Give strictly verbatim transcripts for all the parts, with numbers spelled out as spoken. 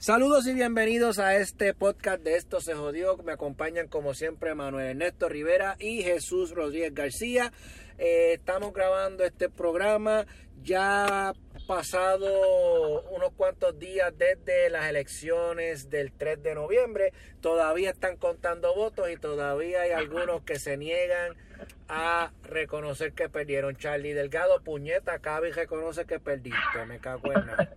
Saludos y bienvenidos a este podcast de Esto Se Jodió. Me acompañan como siempre Manuel Ernesto Rivera y Jesús Rodríguez García. Eh, estamos grabando este programa ya pasado unos cuantos días desde las elecciones del tres de noviembre. Todavía están contando votos y todavía hay algunos que se niegan a reconocer que perdieron. Charlie Delgado, puñeta, cabe y reconoce que perdiste. Me cago en nada.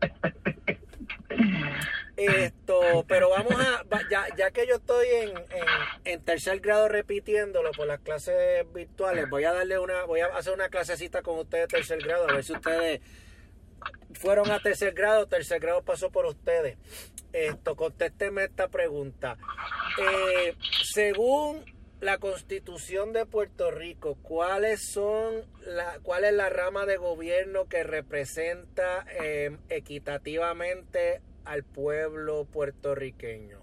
Esto, pero vamos a, ya, ya que yo estoy en, en, en tercer grado repitiéndolo por las clases virtuales, voy a darle una, voy a hacer una clasecita con ustedes de tercer grado, a ver si ustedes fueron a tercer grado, tercer grado pasó por ustedes. Esto, contésteme esta pregunta. Eh, según la Constitución de Puerto Rico, ¿cuáles son la, cuál es la rama de gobierno que representa eh, equitativamente al pueblo puertorriqueño?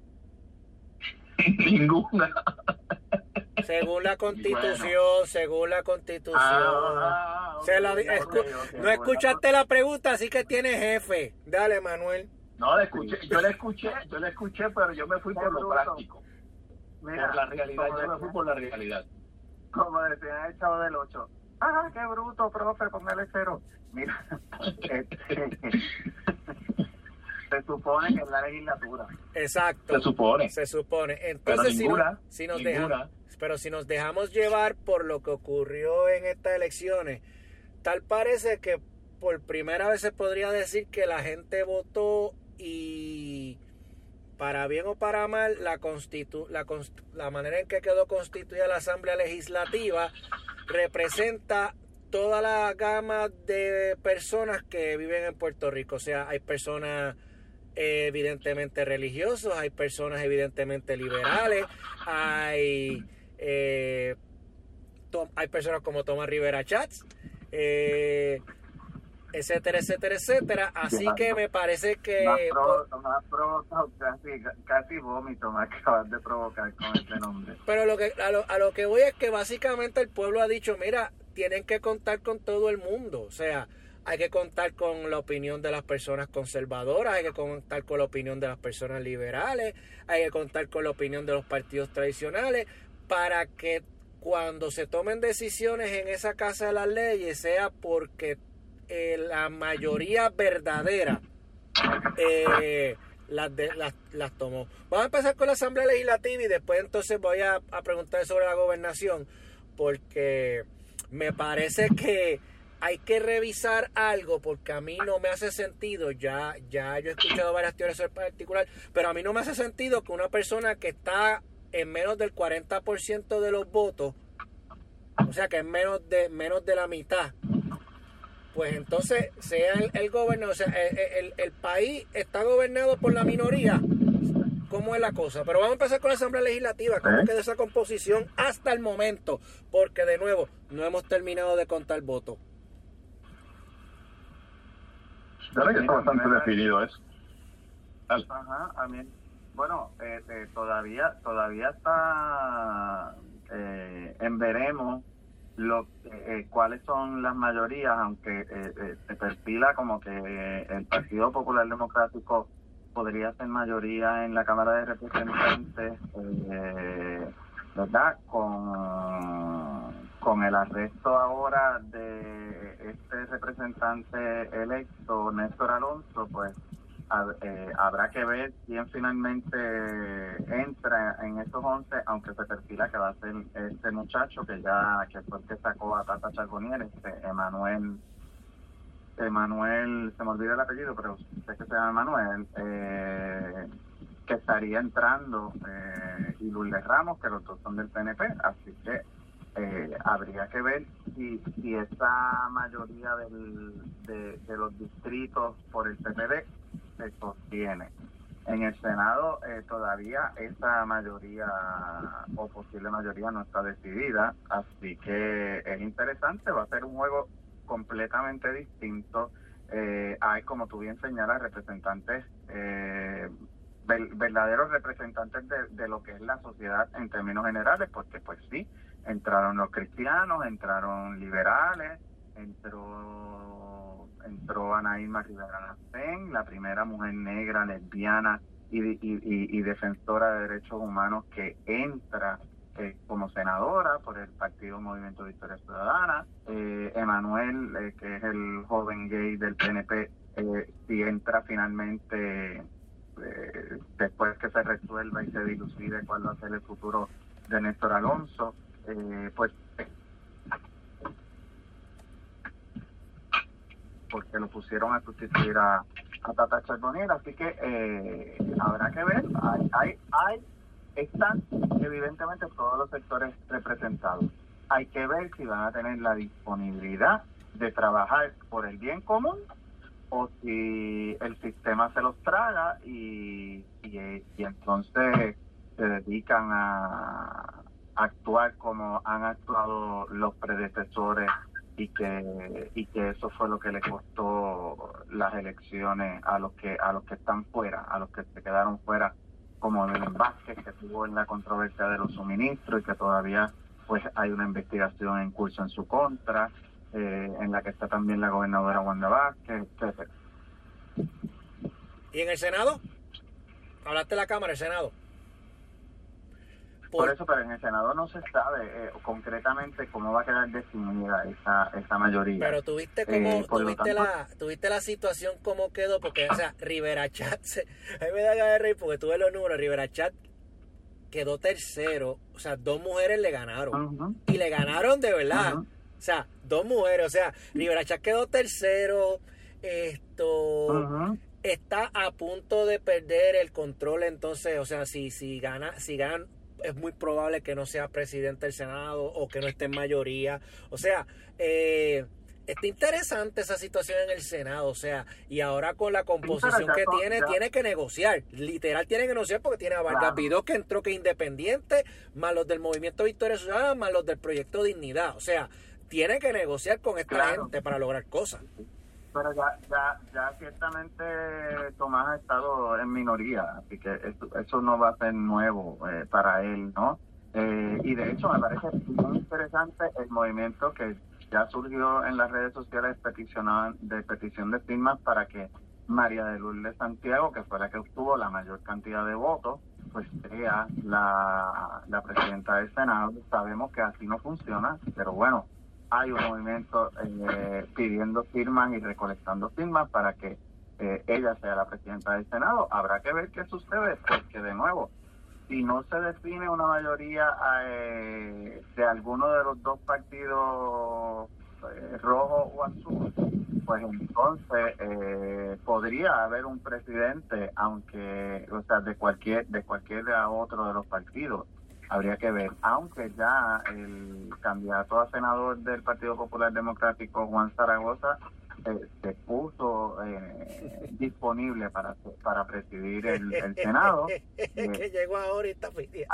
Ninguna. Según la Constitución, bueno. según la Constitución. Ah, okay, Se la, okay, escu okay, okay, no escuchaste bueno. la pregunta, así que tienes jefe. Dale, Manuel. No, la escuché, yo la escuché, yo la escuché, pero yo me fui por lo práctico. Mira, por la realidad, yo me fui por la realidad. Como decía el Chavo del ocho. Ah, qué bruto, profe, póngale cero. Mira, este, se supone que es la legislatura. Exacto. Se supone. Se supone. Entonces, pero ninguna, si, no, si nos ninguna. dejamos, pero si nos dejamos llevar por lo que ocurrió en estas elecciones, tal parece que por primera vez se podría decir que la gente votó y, para bien o para mal, la, constitu la, const la manera en que quedó constituida la Asamblea Legislativa representa toda la gama de personas que viven en Puerto Rico. O sea, hay personas eh, evidentemente religiosas, hay personas evidentemente liberales, hay, eh, hay personas como Tomás Rivera Chats, eh, etcétera, etcétera, etcétera. Así ya, que no, me parece que... Más pro, más provocado, casi, casi vómito me acabas de provocar con este nombre. Pero lo que, a, lo, a lo que voy es que básicamente el pueblo ha dicho, mira, tienen que contar con todo el mundo. O sea, hay que contar con la opinión de las personas conservadoras, hay que contar con la opinión de las personas liberales, hay que contar con la opinión de los partidos tradicionales para que cuando se tomen decisiones en esa Casa de las Leyes sea porque eh, la mayoría verdadera eh, las, de, las, las tomó. Vamos a empezar con la Asamblea Legislativa y después entonces voy a, a preguntar sobre la gobernación, porque me parece que hay que revisar algo, porque a mí no me hace sentido, ya, ya yo he escuchado varias teorías en particular, pero a mí no me hace sentido que una persona que está en menos del cuarenta por ciento de los votos, o sea que es menos de, menos de la mitad, pues entonces sea el, el gobernador, o sea, el, el, el país está gobernado por la minoría. ¿Cómo es la cosa? Pero vamos a empezar con la Asamblea Legislativa. ¿Cómo ¿Eh? queda esa composición hasta el momento? Porque, de nuevo, no hemos terminado de contar votos. Yo creo que está bastante definido eso. Dale. Ajá, a mí, bueno, eh, eh, todavía todavía está eh, en veremos lo, eh, cuáles son las mayorías, aunque eh, eh, se perfila como que el Partido Popular Democrático podría ser mayoría en la Cámara de Representantes, eh, ¿verdad? Con, con el arresto ahora de este representante electo, Néstor Alonso, pues a, eh, habrá que ver quién finalmente entra en estos once, aunque se perfila que va a ser este muchacho que ya que fue el que sacó a Tata Charbonnier, este Emanuel. Emanuel, se me olvida el apellido, pero sé que se llama Emanuel, eh, que estaría entrando, eh, y Lourdes Ramos, que los dos son del P N P, así que eh, habría que ver si, si esa mayoría del, de, de los distritos por el P P D se sostiene. En el Senado eh, todavía esa mayoría o posible mayoría no está decidida, así que es interesante, va a ser un juego completamente distinto. Eh, hay, como tú bien señalas, representantes, eh, ver, verdaderos representantes de, de lo que es la sociedad en términos generales, porque pues sí, entraron los cristianos, entraron liberales, entró entró Ana Irma Rivera Lacén, la primera mujer negra, lesbiana y, y, y, y defensora de derechos humanos que entra eh, como senadora por el Partido Movimiento Victoria Ciudadana. Eh, Emanuel, eh, que es el joven gay del P N P, eh, si entra finalmente, eh, después que se resuelva y se dilucide cuál va a ser el futuro de Néstor Alonso, eh, pues porque lo pusieron a sustituir a, a Tata Charbonnier, así que eh, habrá que ver. Hay, hay, hay, están evidentemente todos los sectores representados. Hay que ver si van a tener la disponibilidad de trabajar por el bien común o si el sistema se los traga y, y, y entonces se dedican a actuar como han actuado los predecesores y que y que eso fue lo que le costó las elecciones a los que a los que están fuera, a los que se quedaron fuera, como Belén Vázquez, que estuvo en la controversia de los suministros y que todavía pues hay una investigación en curso en su contra, eh, en la que está también la gobernadora Wanda Vázquez, etcétera. ¿Y en el Senado? Hablaste de la Cámara, el Senado. Por, Por eso, pero en el Senado no se sabe eh, concretamente cómo va a quedar definida esa esa mayoría. Pero tuviste como eh, tuviste tanto, la tuviste la situación cómo quedó, porque o sea, Rivera Chat, se, a mí me da ganas de reír porque tuve los números. Rivera Chat quedó tercero, o sea, dos mujeres le ganaron uh-huh. y le ganaron de verdad. Uh-huh. O sea, dos mujeres, o sea, Rivera Chat quedó tercero, esto uh-huh. está a punto de perder el control, entonces, o sea, si si gana si ganan es muy probable que no sea presidente del Senado o que no esté en mayoría. O sea, eh, está interesante esa situación en el Senado. O sea, y ahora con la composición que tiene, tiene que negociar. Literal tiene que negociar porque tiene a Vargas Vidó, que entró que es independiente, más los del Movimiento Victoria Ciudadana, más los del Proyecto Dignidad. O sea, tiene que negociar con esta claro. gente para lograr cosas. Pero ya, ya, ya ciertamente Tomás ha estado en minoría, así que eso, eso no va a ser nuevo eh, para él, ¿no? Eh, y de hecho me parece muy interesante el movimiento que ya surgió en las redes sociales petición de petición de firmas para que María de Lourdes Santiago, que fue la que obtuvo la mayor cantidad de votos, pues sea la, la presidenta del Senado. Sabemos que así no funciona, pero bueno, hay un movimiento eh, pidiendo firmas y recolectando firmas para que eh, ella sea la presidenta del Senado. Habrá que ver qué sucede, porque de nuevo, si no se define una mayoría eh, de alguno de los dos partidos, eh, rojo o azul, pues entonces eh, podría haber un presidente, aunque, o sea, de cualquier de cualquier otro de los partidos. Habría que ver, aunque ya el candidato a senador del Partido Popular Democrático, Juan Zaragoza, eh, se puso eh, disponible para para presidir el, el Senado. que eh, llegó ahora y está pidiendo.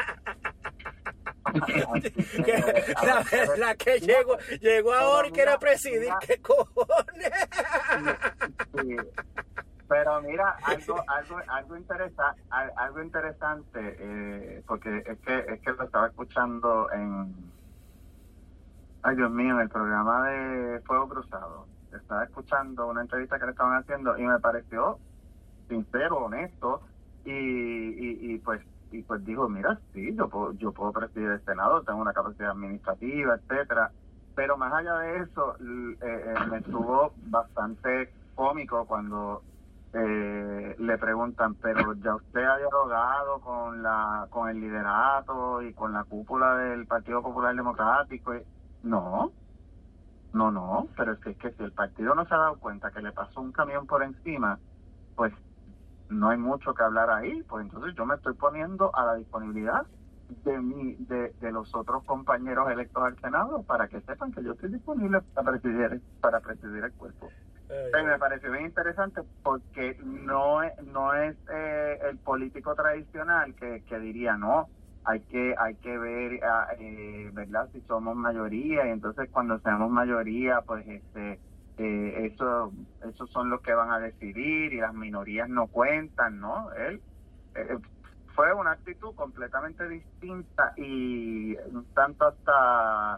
la, la que llegó llegó ahora y quiere presidir, ¿qué cojones? Sí, sí. Pero mira, algo algo algo interesante, algo interesante eh, porque es que es que lo estaba escuchando en, ay Dios mío, en el programa de Fuego Cruzado. Estaba escuchando una entrevista que le estaban haciendo y me pareció sincero, honesto y, y, y pues y pues dijo, mira, sí, yo puedo yo puedo presidir el Senado, tengo una capacidad administrativa, etcétera. Pero más allá de eso, eh, eh, me estuvo bastante cómico cuando Eh, le preguntan, pero ya usted ha dialogado con la con el liderato y con la cúpula del Partido Popular Democrático. Y, no, no, no, pero es que, es que si el partido no se ha dado cuenta que le pasó un camión por encima, pues no hay mucho que hablar ahí. Pues entonces yo me estoy poniendo a la disponibilidad de mi de, de los otros compañeros electos al Senado para que sepan que yo estoy disponible para presidir, para presidir el cuerpo. Eh, me pareció bien interesante porque no es, no es eh, el político tradicional que, que diría no, hay que hay que ver eh, verdad si somos mayoría y entonces cuando seamos mayoría pues este eh, eso esos son los que van a decidir y las minorías no cuentan, ¿no? Él eh, fue una actitud completamente distinta y un tanto hasta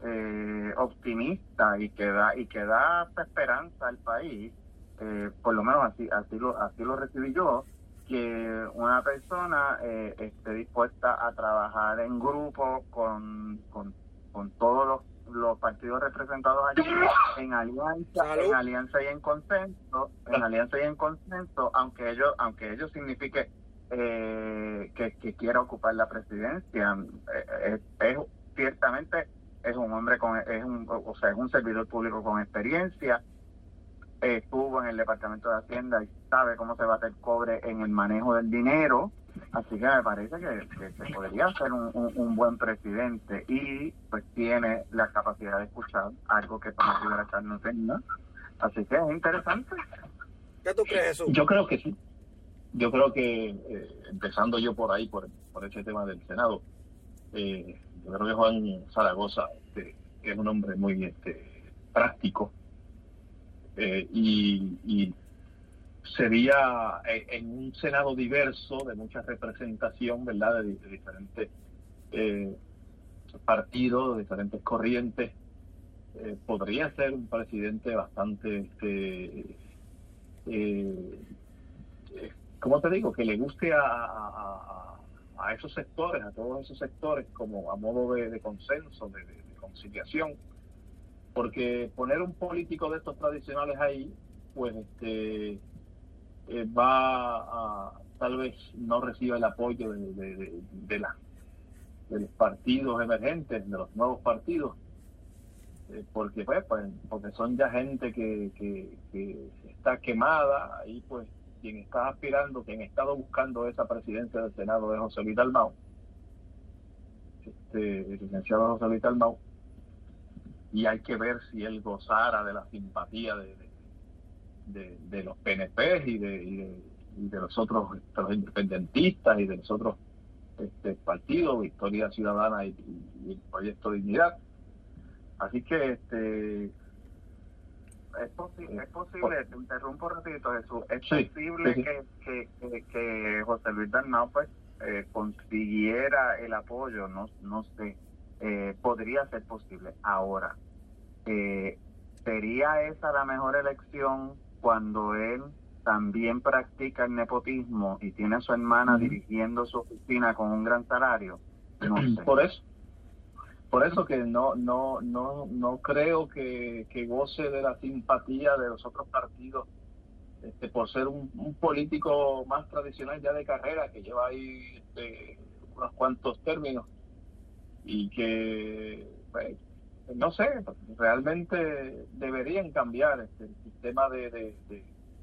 eh, optimista y que da y que da esperanza al país, eh, por lo menos así así lo así lo recibí yo, que una persona eh, esté dispuesta a trabajar en grupo con con, con todos los los partidos representados allí en alianza Salud. en alianza y en consenso en alianza y en consenso aunque ellos aunque ello signifique eh, que, que quiera ocupar la presidencia. Eh, es, es ciertamente es un hombre con es un o sea es un servidor público con experiencia, eh, estuvo en el Departamento de Hacienda y sabe cómo se va a hacer cobre en el manejo del dinero. Así que me parece que, que, que podría ser un, un, un buen presidente y pues tiene la capacidad de escuchar, algo que Tomás Rivera Chats no tenía. Así que es interesante. ¿Qué tú crees, Jesús? Yo creo que sí. Yo creo que, eh, empezando yo por ahí, por, por ese tema del Senado, eh, yo creo que Juan Zaragoza este, es un hombre muy este, práctico eh, y, y sería en un Senado diverso, de mucha representación, ¿verdad?, de, de diferentes eh, partidos, de diferentes corrientes, eh, podría ser un presidente bastante, este, eh, eh, ¿cómo te digo?, que le guste a, a, a esos sectores, a todos esos sectores, como a modo de, de consenso, de, de, de conciliación, porque poner un político de estos tradicionales ahí, pues este Eh, va a tal vez no reciba el apoyo de, de, de, de, la, de los partidos emergentes, de los nuevos partidos, eh, porque pues, pues porque son ya gente que, que, que está quemada. Ahí pues quien está aspirando, quien ha estado buscando esa presidencia del Senado es José Luis Dalmau, este, el licenciado José Luis Dalmau, y hay que ver si él gozara de la simpatía de, de De, de los P N P y de, y de, y de los otros, de los independentistas y de los otros este, partidos, Victoria Ciudadana y, y, y el Proyecto Dignidad. Así que este es, posi es posible, te interrumpo rapidito, Jesús, es sí, posible sí, sí. Que, que, que, que José Luis Dalmau pues eh, consiguiera el apoyo, no, no sé, eh, podría ser posible. Ahora, eh, ¿sería esa la mejor elección cuando él también practica el nepotismo y tiene a su hermana uh-huh. dirigiendo su oficina con un gran salario? No sé. Por eso, por eso que no, no, no, no creo que, que goce de la simpatía de los otros partidos, este, por ser un, un político más tradicional ya de carrera, que lleva ahí este, unos cuantos términos y que pues, no sé, realmente deberían cambiar este, el sistema de de, de,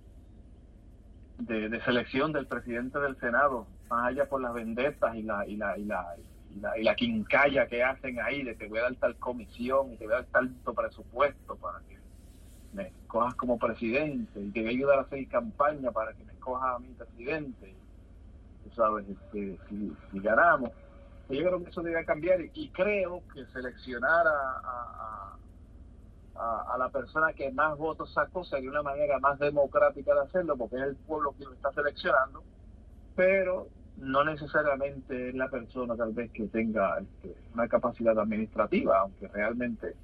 de de selección del presidente del Senado, más allá por las vendetas y la y la y la y la, y la quincalla que hacen ahí de que voy a dar tal comisión y te voy a dar tanto presupuesto para que me escojas como presidente y te voy a ayudar a hacer campaña para que me escojas a mi presidente. Tú sabes, este, si, si ganamos. Yo creo que eso debe cambiar y creo que seleccionar a, a, a, a la persona que más votos sacó sería una manera más democrática de hacerlo, porque es el pueblo quien lo está seleccionando, pero no necesariamente es la persona tal vez que tenga este, una capacidad administrativa, aunque realmente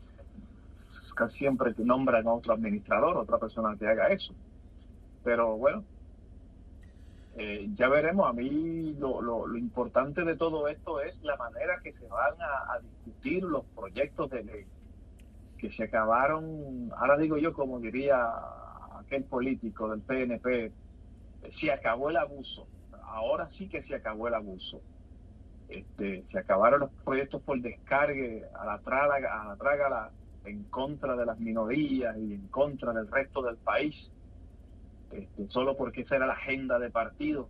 casi siempre te nombran a otro administrador, otra persona que haga eso. Pero bueno, Eh, ya veremos. A mí lo, lo, lo importante de todo esto es la manera que se van a, a discutir los proyectos de ley que se acabaron. Ahora digo yo, como diría aquel político del P N P, se acabó el abuso. Ahora sí que se acabó el abuso. Este, se acabaron los proyectos por descargue a la traga, a la trágala, en contra de las minorías y en contra del resto del país. Este, solo porque esa era la agenda de partido.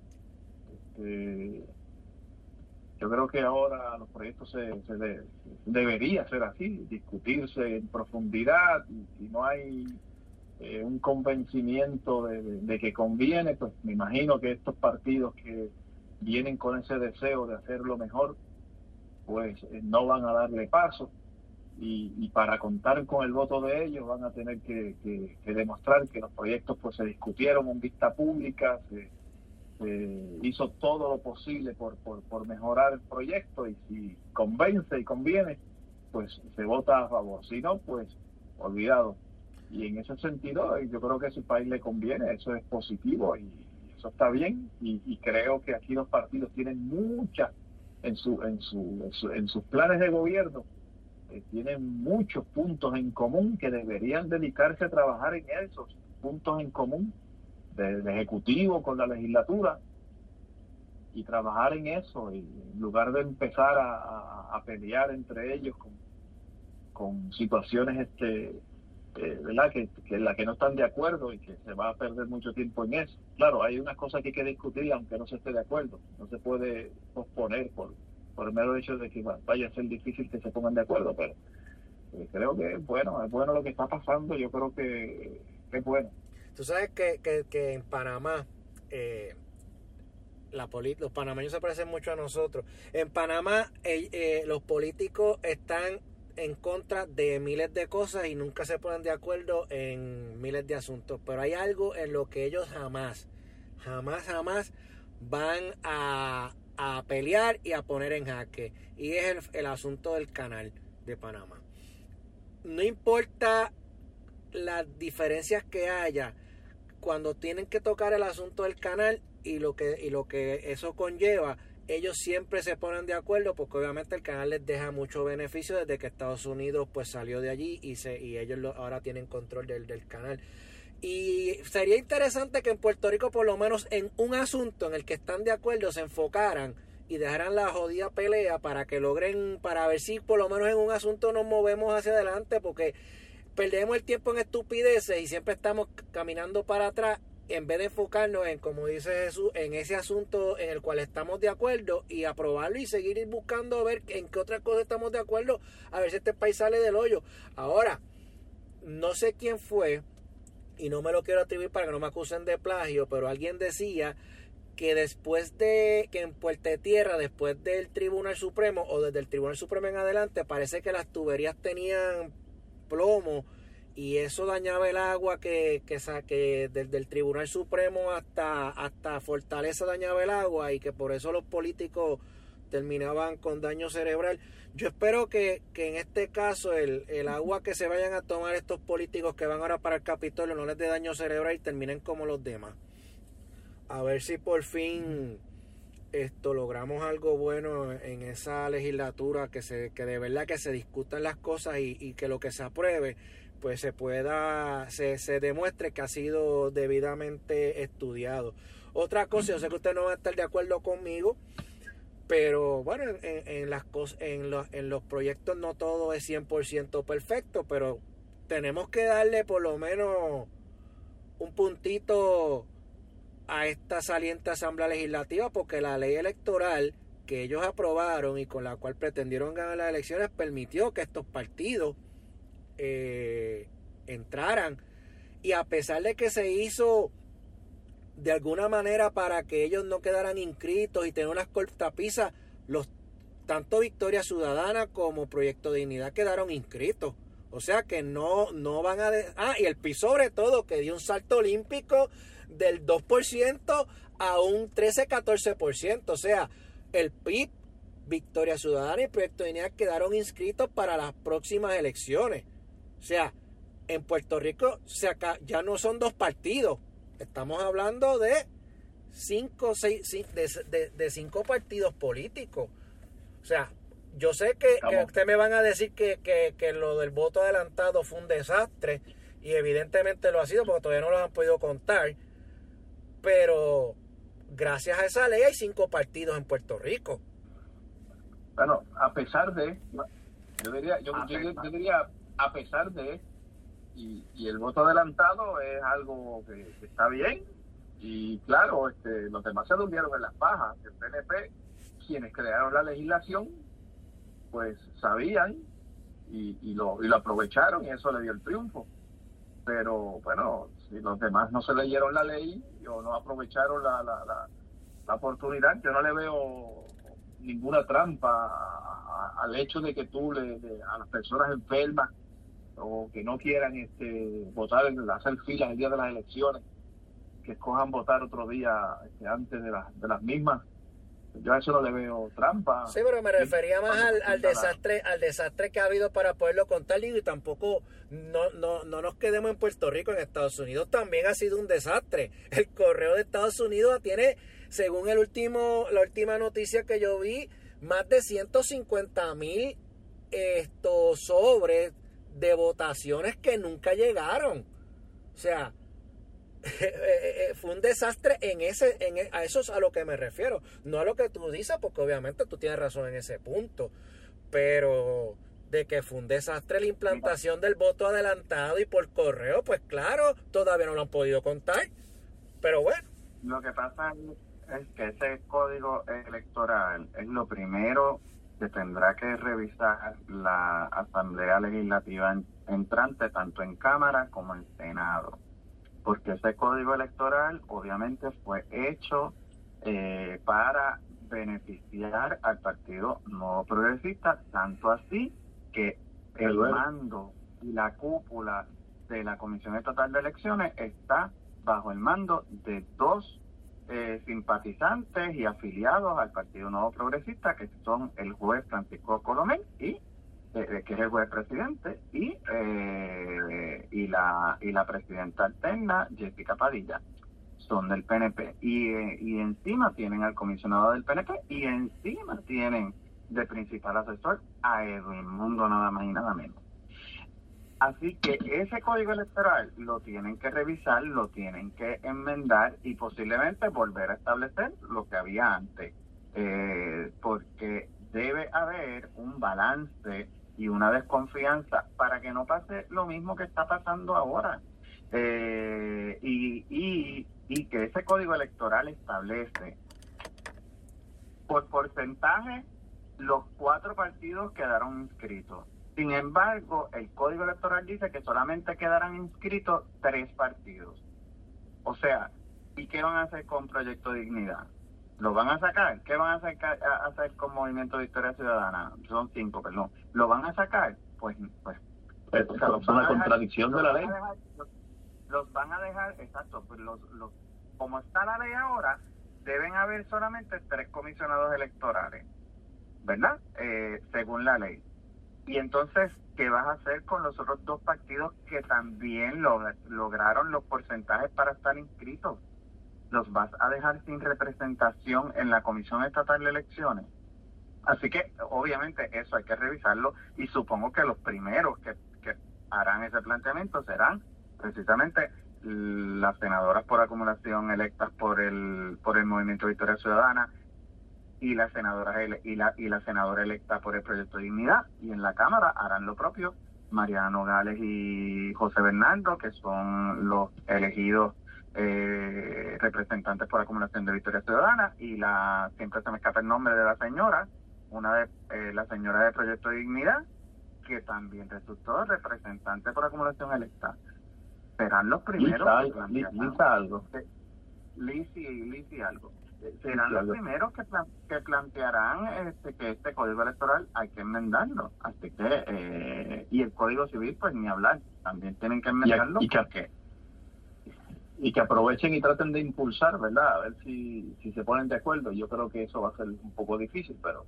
Este, yo creo que ahora los proyectos se, se de, debería ser así, discutirse en profundidad, y si no hay eh, un convencimiento de, de, de que conviene, pues me imagino que estos partidos que vienen con ese deseo de hacerlo mejor, pues eh, no van a darle paso. Y, y para contar con el voto de ellos van a tener que, que, que demostrar que los proyectos pues se discutieron en vista pública, se, se hizo todo lo posible por, por, por mejorar el proyecto, y si convence y conviene, pues se vota a favor. Si no, pues olvidado. Y en ese sentido, yo creo que a su país le conviene, eso es positivo y eso está bien. Y, y creo que aquí los partidos tienen muchas, en, su, en, su, en, su, en sus planes de gobierno, eh, tienen muchos puntos en común que deberían dedicarse a trabajar en esos puntos en común del Ejecutivo con la legislatura y trabajar en eso, y en lugar de empezar a, a, a pelear entre ellos con, con situaciones este eh, ¿verdad? Que, que en la que no están de acuerdo y que se va a perder mucho tiempo en eso. Claro, hay unas cosas que hay que discutir aunque no se esté de acuerdo, no se puede posponer por, por el mero hecho de que vaya a ser difícil que se pongan de acuerdo, pero eh, creo que bueno, es bueno lo que está pasando, yo creo que, que es bueno. Tú sabes que, que, que en Panamá eh, la polit- los panameños se parecen mucho a nosotros. En Panamá eh, eh, los políticos están en contra de miles de cosas y nunca se ponen de acuerdo en miles de asuntos, pero hay algo en lo que ellos jamás, jamás, jamás van a, a pelear y a poner en jaque, y es el, el asunto del canal de Panamá. No importa las diferencias que haya, cuando tienen que tocar el asunto del canal y lo que, y lo que eso conlleva, ellos siempre se ponen de acuerdo, porque obviamente el canal les deja mucho beneficio desde que Estados Unidos pues salió de allí y se y ellos lo, ahora tienen control del, del canal. Y sería interesante que en Puerto Rico, por lo menos en un asunto en el que están de acuerdo, se enfocaran y dejaran la jodida pelea para que logren, para ver si por lo menos en un asunto nos movemos hacia adelante, porque perdemos el tiempo en estupideces y siempre estamos caminando para atrás, en vez de enfocarnos en, como dice Jesús, en ese asunto en el cual estamos de acuerdo y aprobarlo y seguir buscando a ver en qué otras cosas estamos de acuerdo, a ver si este país sale del hoyo. Ahora, no sé quién fue, y no me lo quiero atribuir para que no me acusen de plagio, pero alguien decía que después de, que en Puerto Tierra, después del Tribunal Supremo, o desde el Tribunal Supremo en adelante, parece que las tuberías tenían plomo, y eso dañaba el agua que, que, que desde el Tribunal Supremo hasta, hasta Fortaleza dañaba el agua, y que por eso los políticos terminaban con daño cerebral. Yo espero que, que en este caso el, el agua que se vayan a tomar estos políticos que van ahora para el Capitolio no les dé daño cerebral y terminen como los demás. A ver si por fin esto logramos algo bueno en esa legislatura, que se que de verdad que se discutan las cosas y, y que lo que se apruebe pues se pueda, se, se demuestre que ha sido debidamente estudiado. Otra cosa, yo sé que ustedes no van a estar de acuerdo conmigo, pero bueno, en, en las cosas, en los, en los proyectos no todo es cien por ciento perfecto, pero tenemos que darle por lo menos un puntito a esta saliente Asamblea Legislativa, porque la ley electoral que ellos aprobaron y con la cual pretendieron ganar las elecciones permitió que estos partidos eh, entraran, y a pesar de que se hizo de alguna manera para que ellos no quedaran inscritos y tener unas cortapisas, los tanto Victoria Ciudadana como Proyecto Dignidad quedaron inscritos. O sea que no, no van a... De- ah, y el P I sobre todo, que dio un salto olímpico del dos por ciento a un trece catorce por ciento. O sea, el P I B, Victoria Ciudadana y Proyecto Dignidad quedaron inscritos para las próximas elecciones. O sea, en Puerto Rico se acá, ya no son dos partidos. Estamos hablando de cinco, seis, de, de, de cinco partidos políticos. O sea, yo sé que, que ustedes me van a decir que, que, que lo del voto adelantado fue un desastre, y evidentemente lo ha sido porque todavía no lo han podido contar, pero gracias a esa ley hay cinco partidos en Puerto Rico. Bueno, a pesar de, yo diría, yo, yo, yo diría a pesar de, y, y el voto adelantado es algo que, que está bien, y claro, este, los demás se durmieron en las pajas. El P N P, quienes crearon la legislación, pues sabían y, y, lo, y lo aprovecharon, y eso le dio el triunfo. Pero bueno, si los demás no se leyeron la ley o no aprovecharon la, la, la, la oportunidad, yo no le veo ninguna trampa a, a, al hecho de que tú le, de, a las personas enfermas o que no quieran este votar, hacer filas el día de las elecciones, que escojan votar otro día este, antes de, la, de las mismas, Yo a eso no le veo trampa. Sí, pero me refería más al, al desastre al desastre que ha habido para poderlo contar, y tampoco no, no, no nos quedemos en Puerto Rico. En Estados Unidos también ha sido un desastre. El correo de Estados Unidos tiene, según el último la última noticia que yo vi, más de ciento cincuenta mil estos sobres de votaciones que nunca llegaron. O sea, fue un desastre en ese, en, a eso es a lo que me refiero, no a lo que tú dices, porque obviamente tú tienes razón en ese punto, pero de que fue un desastre la implantación del voto adelantado y por correo, pues claro, todavía no lo han podido contar, pero bueno. Lo que pasa es que ese código electoral es lo primero que tendrá que revisar la Asamblea Legislativa entrante, tanto en Cámara como en Senado, porque ese código electoral obviamente fue hecho eh, para beneficiar al Partido Nuevo Progresista, tanto así que el mando y la cúpula de la Comisión Estatal de Elecciones está bajo el mando de dos eh, simpatizantes y afiliados al Partido Nuevo Progresista, que son el juez Francisco Colomé, y eh, que es el juez presidente, y eh, y la y la presidenta alterna, Jessica Padilla, son del P N P, y, eh, y encima tienen al comisionado del P N P, y encima tienen de principal asesor a Edwin Mundo, nada más y nada menos. Así que ese código electoral lo tienen que revisar, lo tienen que enmendar y posiblemente volver a establecer lo que había antes, eh, porque debe haber un balance y una desconfianza para que no pase lo mismo que está pasando ahora, eh, y, y, y que ese código electoral establece por porcentaje los cuatro partidos quedaron inscritos. Sin embargo, el Código Electoral dice que solamente quedarán inscritos tres partidos. O sea, ¿y qué van a hacer con Proyecto Dignidad? ¿Lo van a sacar? ¿Qué van a, sacar, a hacer con Movimiento Victoria Ciudadana? Son cinco, perdón. ¿Lo van a sacar? Pues, pues, pues o sea, es una contradicción de la ley. Dejar, los, los van a dejar, exacto, pues los, los, como está la ley ahora, deben haber solamente tres comisionados electorales, ¿verdad? Eh, según la ley. Y entonces, ¿qué vas a hacer con los otros dos partidos que también lo, lograron los porcentajes para estar inscritos? ¿Los vas a dejar sin representación en la Comisión Estatal de Elecciones? Así que, obviamente, eso hay que revisarlo, y supongo que los primeros que, que harán ese planteamiento serán precisamente las senadoras por acumulación electas por el por el Movimiento Victoria Ciudadana, y la senadora y la y la senadora electa por el Proyecto Dignidad, y en la Cámara harán lo propio Mariana Nogales y José Bernardo, que son los elegidos eh, representantes por acumulación de Victoria Ciudadana, y la siempre se me escapa el nombre de la señora, una de eh, la señora de Proyecto Dignidad, que también resultó representante por acumulación electa. Serán los primeros Lisa, que plantearán, Lisa algo Lisi, Lisi algo serán los primeros que, plan, que plantearán este, que este código electoral hay que enmendarlo. Así que, eh, y el Código Civil, pues ni hablar, también tienen que enmendarlo. Y, y, que, y que aprovechen y traten de impulsar, ¿verdad? A ver si, si se ponen de acuerdo. Yo creo que eso va a ser un poco difícil, pero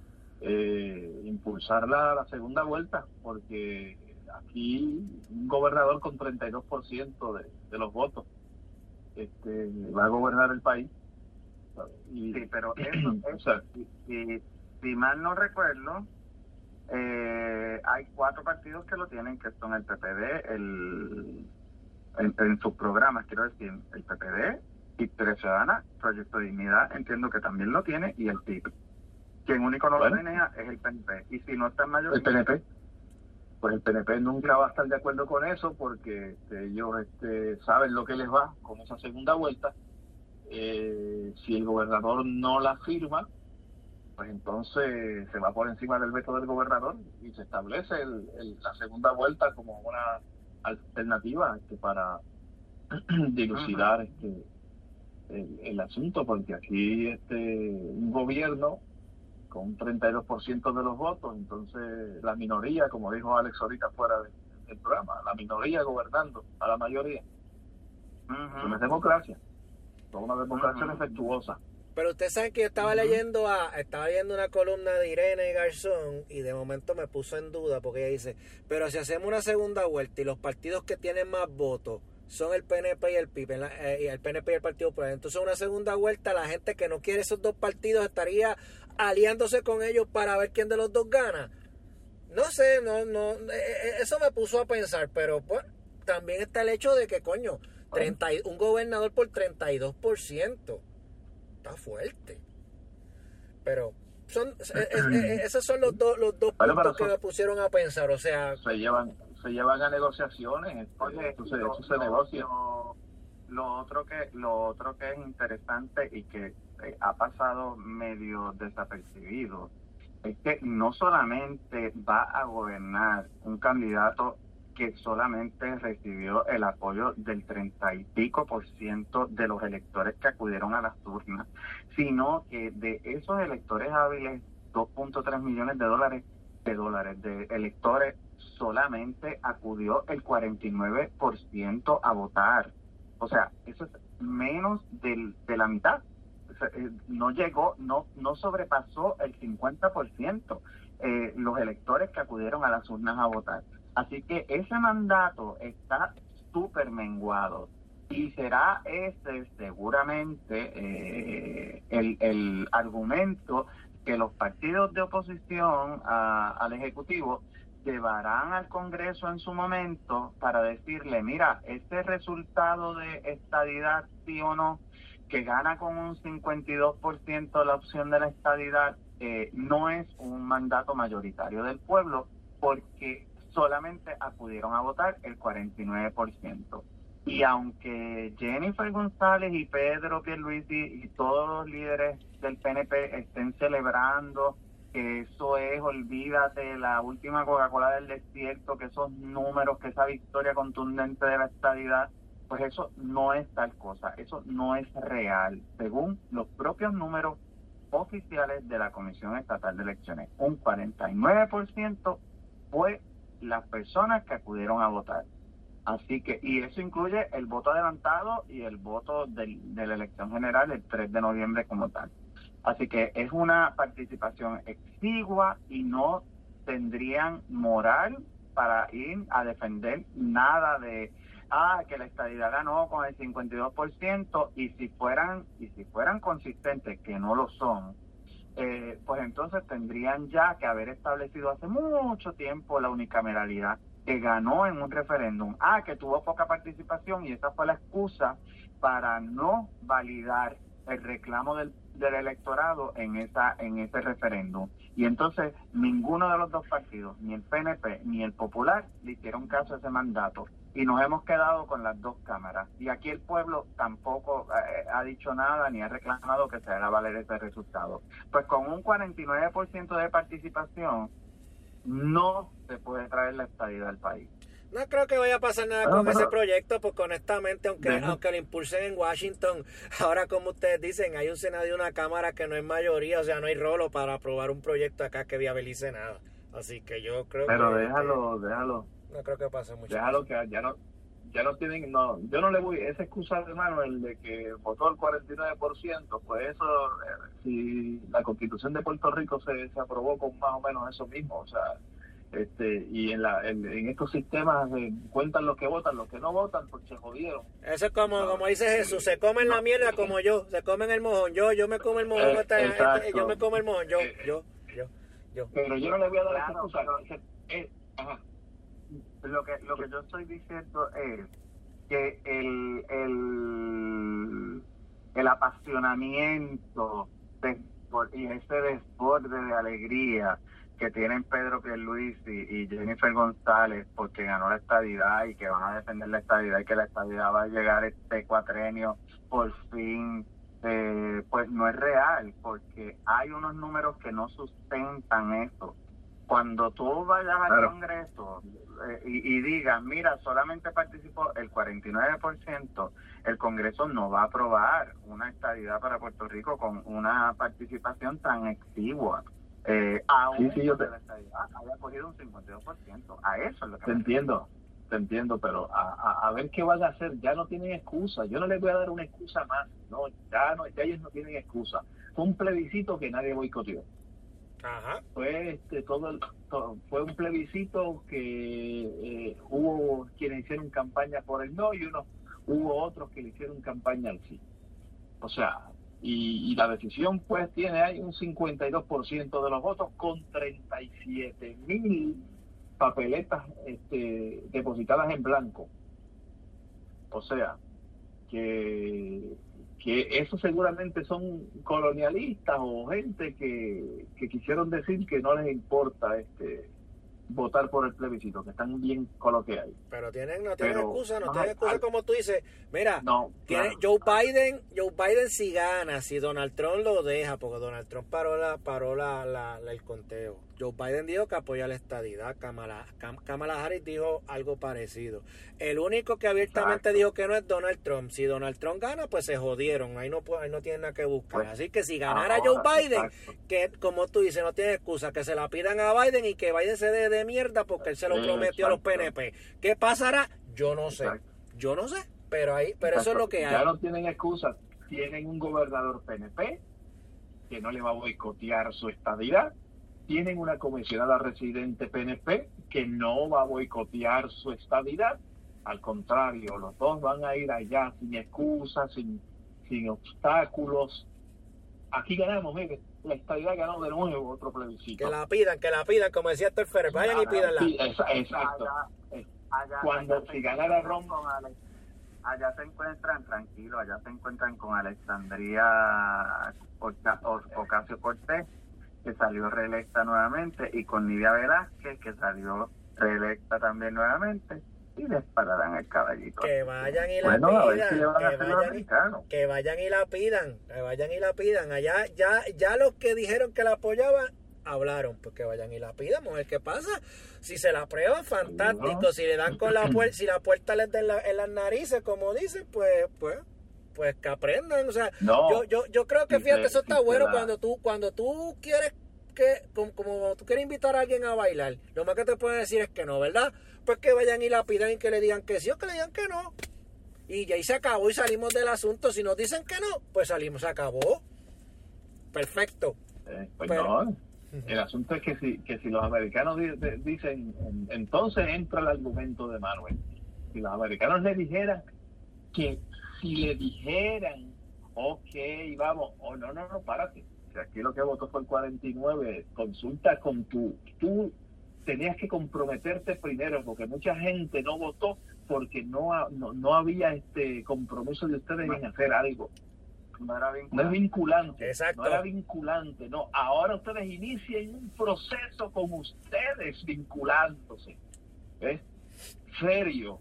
eh, impulsar la, la segunda vuelta, porque aquí un gobernador con treinta y dos por ciento de, de los votos este, va a gobernar el país. Y, sí, pero eso, eso o sea, si, si, si mal no recuerdo, eh, hay cuatro partidos que lo tienen, que son el P P D, el en, en sus programas, quiero decir, el P P D, Victoria Ciudadana, Proyecto Dignidad, entiendo que también lo tiene, y el P I B. Quien único no bueno, lo tenía es el P N P, y si no está en mayoría... El P N P. Pues el P N P nunca va a estar de acuerdo con eso, porque este, ellos este, saben lo que les va con esa segunda vuelta. Eh, si el gobernador no la firma, pues entonces se va por encima del veto del gobernador y se establece el, el, la segunda vuelta como una alternativa este, para dilucidar uh-huh. este el, el asunto, porque aquí este un gobierno con un treinta y dos por ciento de los votos, entonces la minoría, como dijo Alex ahorita fuera de, del programa, la minoría gobernando a la mayoría. Uh-huh. Eso no es democracia. Una democracia uh-huh. defectuosa. Pero usted sabe que yo estaba uh-huh. leyendo a, estaba leyendo una columna de Irene Garzón y de momento me puso en duda porque ella dice, pero si hacemos una segunda vuelta y los partidos que tienen más votos son el P N P y el P I B, eh, y el P N P y el Partido Popular, entonces una segunda vuelta la gente que no quiere esos dos partidos estaría aliándose con ellos para ver quién de los dos gana. No sé, no, no, eh, eso me puso a pensar, pero pues también está el hecho de que, coño, treinta, un gobernador por treinta y dos por ciento. Está fuerte. Pero son eh, eh, esos son los dos los dos bueno, puntos que son, me pusieron a pensar, o sea, se llevan se llevan a negociaciones, oye, eso se, eso se negocia. Lo, lo otro que lo otro que es interesante y que eh, ha pasado medio desapercibido es que no solamente va a gobernar un candidato que solamente recibió el apoyo del treinta y pico por ciento de los electores que acudieron a las urnas, sino que de esos electores hábiles, dos punto tres millones de dólares de dólares de electores, solamente acudió el cuarenta y nueve por ciento a votar. O sea, eso es menos del, de la mitad. O sea, eh, no llegó, no, no sobrepasó el cincuenta por ciento eh, los electores que acudieron a las urnas a votar. Así que ese mandato está súper menguado y será ese seguramente eh, el, el argumento que los partidos de oposición a, al Ejecutivo llevarán al Congreso en su momento para decirle, mira, este resultado de estadidad, sí o no, que gana con un cincuenta y dos por ciento la opción de la estadidad, eh, no es un mandato mayoritario del pueblo porque solamente acudieron a votar el cuarenta y nueve por ciento. Y aunque Jennifer González y Pedro Pierluisi y todos los líderes del P N P estén celebrando que eso es, olvídate, la última Coca-Cola del desierto, que esos números, que esa victoria contundente de la estadidad, pues eso no es tal cosa, eso no es real, según los propios números oficiales de la Comisión Estatal de Elecciones. Un cuarenta y nueve por ciento fue las personas que acudieron a votar. Así que, y eso incluye el voto adelantado y el voto del, de la elección general el tres de noviembre como tal. Así que es una participación exigua y no tendrían moral para ir a defender nada de, ah, que la estadidad ganó con el cincuenta y dos por ciento y si fueran, y si fueran consistentes, que no lo son, Eh, pues entonces tendrían ya que haber establecido hace mucho tiempo la unicameralidad, que ganó en un referéndum, ah, que tuvo poca participación y esa fue la excusa para no validar el reclamo del, del electorado en esa en ese referéndum. Y entonces ninguno de los dos partidos, ni el P N P ni el Popular, le hicieron caso a ese mandato. Y nos hemos quedado con las dos cámaras. Y aquí el pueblo tampoco eh, ha dicho nada ni ha reclamado que se haga valer ese resultado. Pues con un cuarenta y nueve por ciento de participación no se puede traer la estadidad al país. No creo que vaya a pasar nada bueno, con pero, ese proyecto, porque honestamente, aunque deja. aunque lo impulsen en Washington, ahora como ustedes dicen, hay un Senado y una Cámara que no es mayoría, o sea, no hay rolo para aprobar un proyecto acá que viabilice nada. Así que yo creo pero que... Pero déjalo, que, déjalo. No creo que pase mucho. Déjalo que ya no... Ya no tienen, no, yo no le voy, esa excusa de Manuel de que votó el cuarenta y nueve por ciento, pues eso, eh, si la Constitución de Puerto Rico se, se aprobó con más o menos eso mismo, o sea, este y en la en, en estos sistemas eh, cuentan los que votan, los que no votan, pues se jodieron. Eso es como, no, como dice Jesús, se comen no, la mierda como yo, se comen el mojón, yo, yo me como el mojón, eh, esta, esta, yo me como el mojón, yo, eh, yo, yo, yo. Pero yo no le voy a dar esa excusa, pero, eh, ajá. Lo que lo que yo estoy diciendo es que el el, el apasionamiento de, y ese desborde de alegría que tienen Pedro Pierluisi y Jennifer González porque ganó la estadidad y que van a defender la estadidad y que la estadidad va a llegar este cuatrenio por fin, eh, pues no es real, porque hay unos números que no sustentan eso. Cuando tú vayas al claro. Congreso eh, y, y digas, mira, solamente participó el cuarenta y nueve por ciento, el Congreso no va a aprobar una estadidad para Puerto Rico con una participación tan exigua. Eh, aún sí, sí, yo te... la estadidad haya cogido un cincuenta y dos por ciento. A eso es lo que te entiendo. te entiendo, pero a, a, a ver qué van a hacer. Ya no tienen excusa. Yo no les voy a dar una excusa más. No, ya no, ya ellos no tienen excusa. Fue un plebiscito que nadie boicoteó. Ajá. Fue este todo, el, todo fue un plebiscito que eh, hubo quienes hicieron campaña por el no y unos hubo otros que le hicieron campaña al sí. O sea, y, y la decisión pues tiene ahí un cincuenta y dos por ciento de los votos con treinta y siete mil papeletas este, depositadas en blanco. O sea, que que eso seguramente son colonialistas o gente que, que quisieron decir que no les importa este votar por el plebiscito, que están bien con lo que hay. Pero tienen, no tienen Pero, excusa, no ajá, tienen excusa al- como tú dices. Mira, No, tiene, claro. Joe Biden, Joe Biden si gana, si Donald Trump lo deja, porque Donald Trump paró la, paró la, la, la- el conteo. Joe Biden dijo que apoya la estadidad, Kamala, Kam- Kamala Harris dijo algo parecido. El único que abiertamente Exacto. dijo que no es Donald Trump. Si Donald Trump gana, pues se jodieron, ahí no pu- ahí no tienen nada que buscar. Pues, Así que si ganara ahora, Joe Biden, exacto. que como tú dices, no tiene excusa, que se la pidan a Biden y que Biden se dé de mierda porque él se lo prometió a los P N P. ¿Qué pasará? Yo no sé. Exacto. Yo no sé, pero ahí, pero eso es lo que Ya hay. no tienen excusa. Tienen un gobernador P N P que no le va a boicotear su estadidad. Tienen una comisionada residente P N P que no va a boicotear su estadidad. Al contrario, los dos van a ir allá sin excusas, sin, sin obstáculos. Aquí ganamos, mire, la estadidad ganó de nuevo otro plebiscito. Que la pidan, que la pidan, como decía Héctor Ferrer, vayan y pídanla. Sí, esa- exacto. Allá, allá, Cuando allá si se ganara encuentran Ron, con Ale- allá se encuentran, tranquilo, allá se encuentran con Alexandria Orca- O- Ocasio Cortés, que salió reelecta nuevamente, y con Nidia Velázquez, que salió reelecta también nuevamente, y les pararán el caballito. Que vayan y la bueno, a ver qué le pidan, van a que hacer los vayan, y, americanos. que vayan y la pidan, que vayan y la pidan. Allá, ya, ya los que dijeron que la apoyaban, hablaron, pues que vayan y la pidan, vamos a ver qué pasa. Si se la aprueban, fantástico. Bueno. Si le dan con la puerta, si la puerta les da en, la- en las narices, como dicen, pues, pues, pues que aprendan. O sea, No, yo, yo, yo creo que si fíjate, se- eso si está se bueno la- cuando tú, cuando tú quieres que, como, como tú quieres invitar a alguien a bailar, lo más que te pueden decir es que no, ¿verdad? Pues que vayan y la pidan y que le digan que sí o que le digan que no. Y ya ahí se acabó y salimos del asunto. Si nos dicen que no, pues salimos, se acabó. Perfecto. Eh, pues Pero- no, el asunto es que si, que si los americanos di- de- dicen, en- entonces entra el argumento de Manuel. Si los americanos le dijeran que si le dijeran, ok, vamos, o no, no, no, párate. Si aquí lo que votó fue el cuarenta y nueve, consulta con tu, tú tenías que comprometerte primero, porque mucha gente no votó porque no, ha- no, no había este compromiso de ustedes en hacer algo. No era No es vinculante. vinculante. Exacto. No era vinculante. No, ahora ustedes inicien un proceso con ustedes vinculándose. ¿Ves? Serio.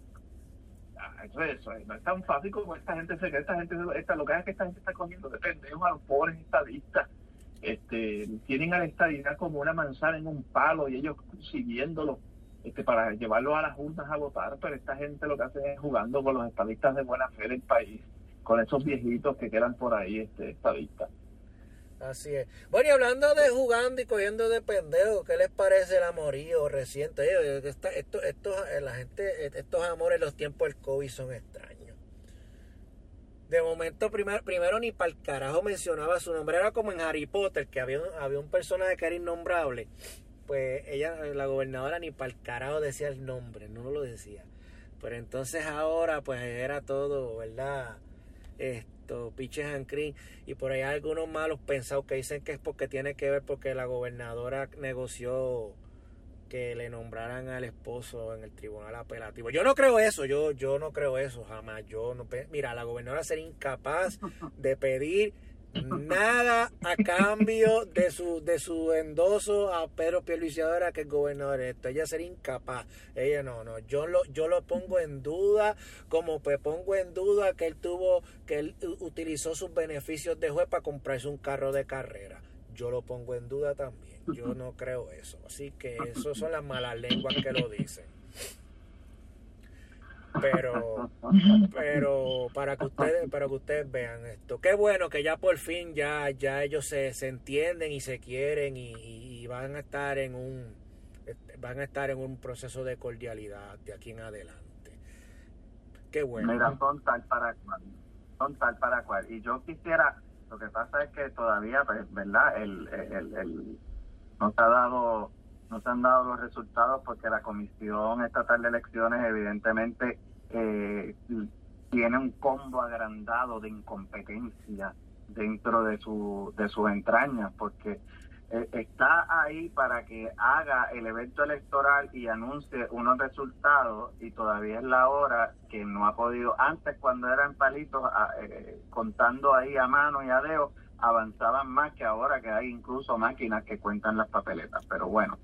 Ah, eso, eso, no es tan fácil como esta gente se esta gente esta, lo que es que esta gente está cogiendo de pendejos a los pobres estadistas. Este, tienen a la estadidad como una manzana en un palo y ellos siguiéndolo este, para llevarlos a las urnas a votar, pero esta gente lo que hace es jugando con los estadistas de buena fe del país, con esos viejitos que quedan por ahí este, estadistas. Así es. Bueno, y hablando de jugando y cogiendo de pendejo, ¿qué les parece el amorío reciente? Oye, esta- esto, estos, eh, la gente, estos amores en los tiempos del COVID son extraños. De momento, primero, primero ni para el carajo mencionaba su nombre. Era como en Harry Potter, que había un, había un personaje que era innombrable. Pues ella, la gobernadora, ni para el carajo decía el nombre, no lo decía. Pero entonces ahora, pues era todo, ¿verdad? Esto, piches and cream. Y por ahí hay algunos malos pensados que dicen que es porque tiene que ver porque la gobernadora negoció que le nombraran al esposo en el tribunal apelativo. Yo no creo eso, yo yo no creo eso, jamás. Yo no pe- Mira, la gobernadora sería incapaz de pedir nada a cambio de su de su endoso a Pedro Pierluisi ahora que es gobernador esto. Ella sería incapaz. Ella no, no. Yo lo yo lo pongo en duda, como pues pongo en duda que él tuvo que él u- utilizó sus beneficios de juez para comprarse un carro de carrera. Yo lo pongo en duda también. Yo no creo eso. Así que eso son las malas lenguas que lo dicen. Pero pero para que ustedes para que ustedes vean esto, qué bueno que ya por fin ya ya ellos se, se entienden y se quieren y, y van a estar en un van a estar en un proceso de cordialidad de aquí en adelante. Qué bueno. Mira, son tal para cual, son tal para cual. Y yo quisiera, lo que pasa es que todavía, pues, ¿verdad? El, el, el, no se ha dado, no se han dado los resultados porque la Comisión Estatal de Elecciones evidentemente eh, tiene un combo agrandado de incompetencia dentro de su de sus entrañas, porque eh, está ahí para que haga el evento electoral y anuncie unos resultados, y todavía es la hora que no ha podido. Antes, cuando eran palitos, a, eh, contando ahí a mano y a dedo, avanzaban más que ahora que hay incluso máquinas que cuentan las papeletas. Pero bueno,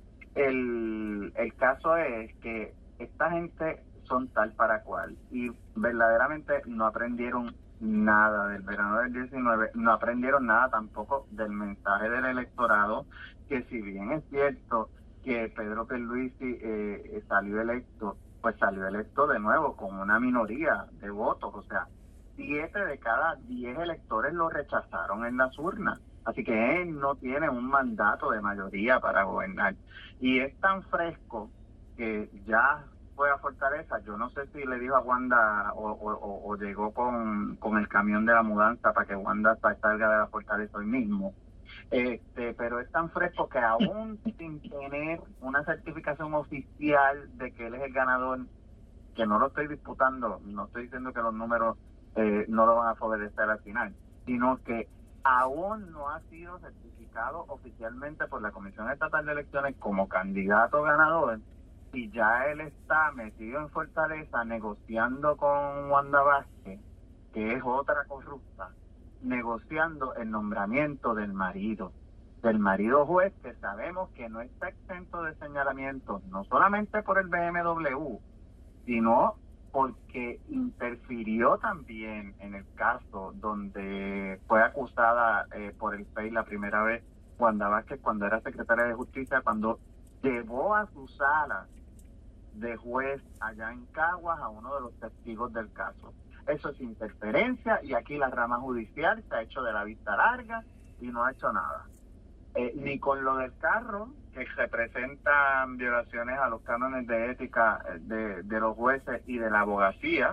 el, el caso es que esta gente son tal para cual y verdaderamente no aprendieron nada del verano del diecinueve, no aprendieron nada tampoco del mensaje del electorado, que si bien es cierto que Pedro Pierluisi eh, salió electo, pues salió electo de nuevo con una minoría de votos, o sea, siete de cada diez electores lo rechazaron en las urnas, así que él no tiene un mandato de mayoría para gobernar, y es tan fresco que ya fue a Fortaleza. Yo no sé si le dijo a Wanda o, o, o llegó con, con el camión de la mudanza para que Wanda salga de la Fortaleza hoy mismo. Este, pero es tan fresco que aún sin tener una certificación oficial de que él es el ganador, que no lo estoy disputando, no estoy diciendo que los números eh, no lo van a favorecer al final, sino que aún no ha sido certificado oficialmente por la Comisión Estatal de Elecciones como candidato ganador, y ya él está metido en Fortaleza negociando con Wanda Vázquez, que es otra corrupta, negociando el nombramiento del marido, del marido juez, que sabemos que no está exento de señalamientos, no solamente por el B M W, sino porque interfirió también en el caso donde fue acusada eh, por el P E I la primera vez Wanda Vázquez, cuando era secretaria de Justicia, cuando llevó a su sala de juez allá en Caguas a uno de los testigos del caso. Eso es interferencia, y aquí la rama judicial se ha hecho de la vista larga y no ha hecho nada. Eh, ni con lo del carro, que representan violaciones a los cánones de ética de, de los jueces y de la abogacía,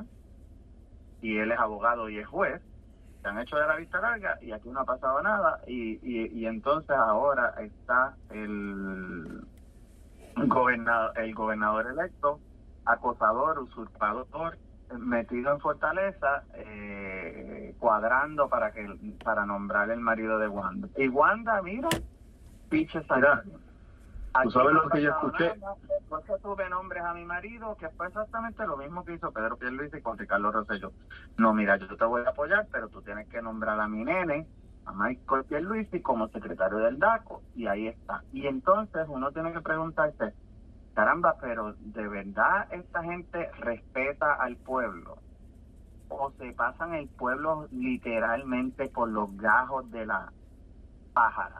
y él es abogado y es juez, se han hecho de la vista larga y aquí no ha pasado nada, y, y, y entonces ahora está el gobernador, el gobernador electo, acosador, usurpador, metido en Fortaleza, eh, cuadrando para que para nombrar el marido de Wanda. Y Wanda, mira, piche salida. ¿Tú sabes lo que yo escuché? Después que tuve nombres a mi marido, que fue exactamente lo mismo que hizo Pedro Pierluisi con Ricardo Rosselló. No, mira, yo te voy a apoyar, pero tú tienes que nombrar a mi nene, a Michael Pierluisi, como secretario del DACO, y ahí está. Y entonces uno tiene que preguntarse, caramba, pero ¿de verdad esta gente respeta al pueblo? ¿O se pasan el pueblo literalmente por los gajos de la pájara?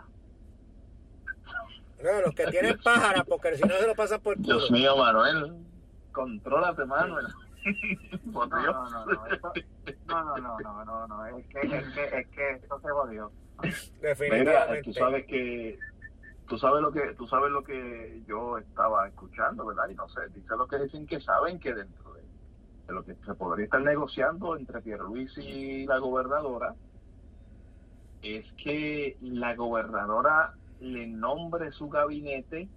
No, los que tienen pájara, porque si no se lo pasan por culo. Dios mío, Manuel, contrólate, Manuel. No, no, no, no, eso, no, no, no, no, no, no, es que, es que, es que esto se jodió. Definitivamente. Mira, tú sabes que, tú sabes lo que, tú sabes lo que yo estaba escuchando, ¿verdad? Y no sé, dice lo que dicen que saben que dentro de, de lo que se podría estar negociando entre Pierluisi y la gobernadora es que la gobernadora le nombre su gabinete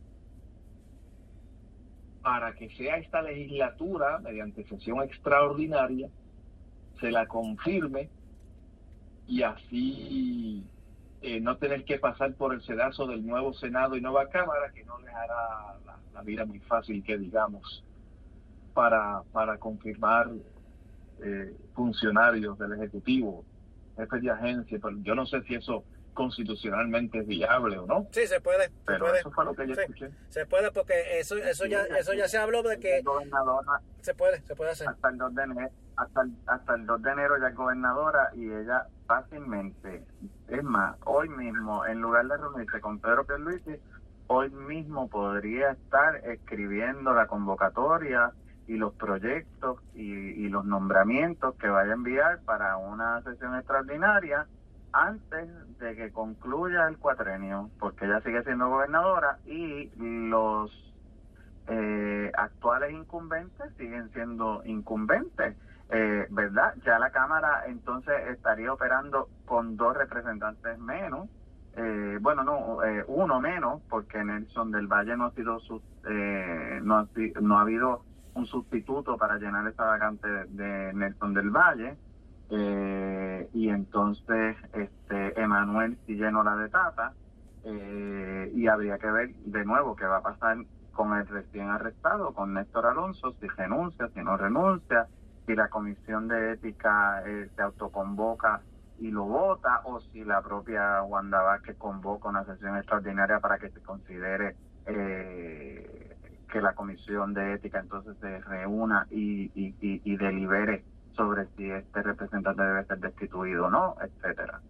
para que sea esta legislatura, mediante sesión extraordinaria, se la confirme y así eh, no tener que pasar por el sedazo del nuevo Senado y nueva Cámara, que no les hará la, la vida muy fácil, que digamos, para, para confirmar eh, funcionarios del Ejecutivo, jefes de agencia. Pero yo no sé si eso constitucionalmente es viable o no. Sí, se puede. Se pero puede. Eso fue lo que yo sí, escuché. Se puede, porque eso eso ya eso ya se habló de que El gobernador, se puede, se puede hacer. hasta el dos de enero, hasta el, hasta el dos de enero ya es gobernadora, y ella fácilmente, es más, hoy mismo, en lugar de reunirse con Pedro Pierluisi, hoy mismo podría estar escribiendo la convocatoria y los proyectos y, y los nombramientos que vaya a enviar para una sesión extraordinaria antes de que concluya el cuatrenio, porque ella sigue siendo gobernadora, y los eh, actuales incumbentes siguen siendo incumbentes, eh, ¿verdad? Ya la Cámara entonces estaría operando con dos representantes menos, eh, bueno, no, eh, uno menos, porque Nelson del Valle no ha sido su, eh, no, ha, no ha habido un sustituto para llenar esa vacante de Nelson del Valle, eh, y entonces este Emanuel sí llenó la de Tata, eh, y habría que ver de nuevo qué va a pasar con el recién arrestado, con Néstor Alonso, si renuncia, si no renuncia, si la Comisión de Ética eh, se autoconvoca y lo vota, o si la propia Wanda Vázquez convoca una sesión extraordinaria para que se considere eh, que la Comisión de Ética entonces se reúna y, y, y, y delibere sobre si este representante debe ser destituido o no, etcétera.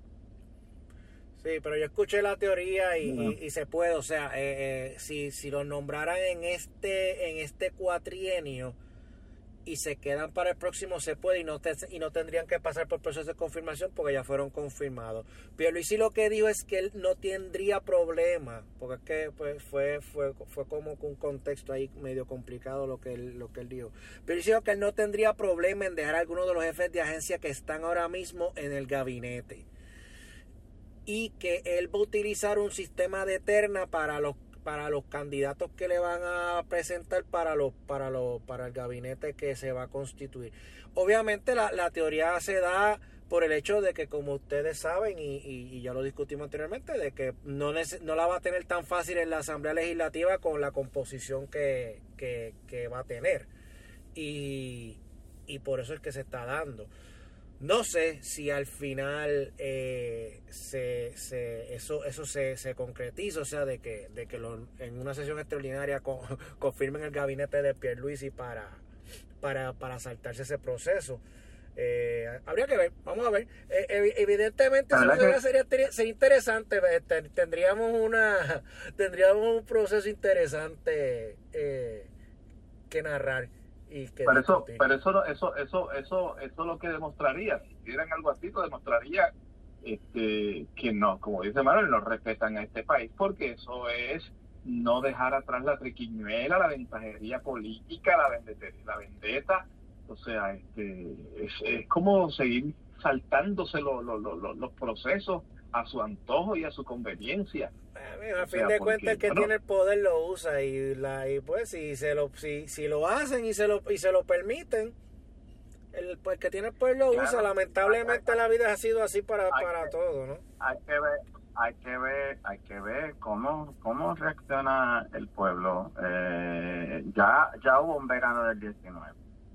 Sí, pero yo escuché la teoría y, Uh-huh. y, y se puede, o sea, eh, eh, si, si los nombraran en este en este cuatrienio y se quedan para el próximo, se puede y no te, y no tendrían que pasar por proceso de confirmación porque ya fueron confirmados. Pierluisi lo que dijo es que él no tendría problema, porque es que pues, fue fue fue como un contexto ahí medio complicado lo que él, lo que él dijo. Pierluisi dijo que él no tendría problema en dejar a algunos de los jefes de agencia que están ahora mismo en el gabinete, y que él va a utilizar un sistema de terna para los para los candidatos que le van a presentar para los para los para el gabinete que se va a constituir. Obviamente la, la teoría se da por el hecho de que, como ustedes saben y, y, y ya lo discutimos anteriormente, de que no, no la va a tener tan fácil en la Asamblea Legislativa con la composición que, que, que va a tener, y, y por eso es que se está dando. No sé si al final eh, se, se, eso eso se, se concretiza, o sea, de que de que lo, en una sesión extraordinaria con, confirmen el gabinete de Pierluisi para, para, para saltarse ese proceso. Eh, habría que ver, vamos a ver. Eh, evidentemente eso que... sería, sería interesante, tendríamos una tendríamos un proceso interesante eh, que narrar. Y que pero eso, pero eso, eso, eso, eso, eso lo que demostraría, si hicieran algo así, lo demostraría este, que no, como dice Manuel, no respetan a este país, porque eso es no dejar atrás la triquiñuela, la ventajería política, la vendetta, la vendetta, o sea, este, es, es como seguir saltándose lo, lo, lo, lo, los procesos a su antojo y a su conveniencia. A fin de cuentas, el que bueno, tiene el poder lo usa, y la y pues si se lo si, si lo hacen y se lo y se lo permiten, el pues que tiene el poder lo claro, usa. Lamentablemente hay, hay, la vida ha sido así para para que, todo, ¿no? Hay que ver, hay que ver, hay que ver cómo cómo reacciona el pueblo. Eh, ya ya hubo un verano del diecinueve.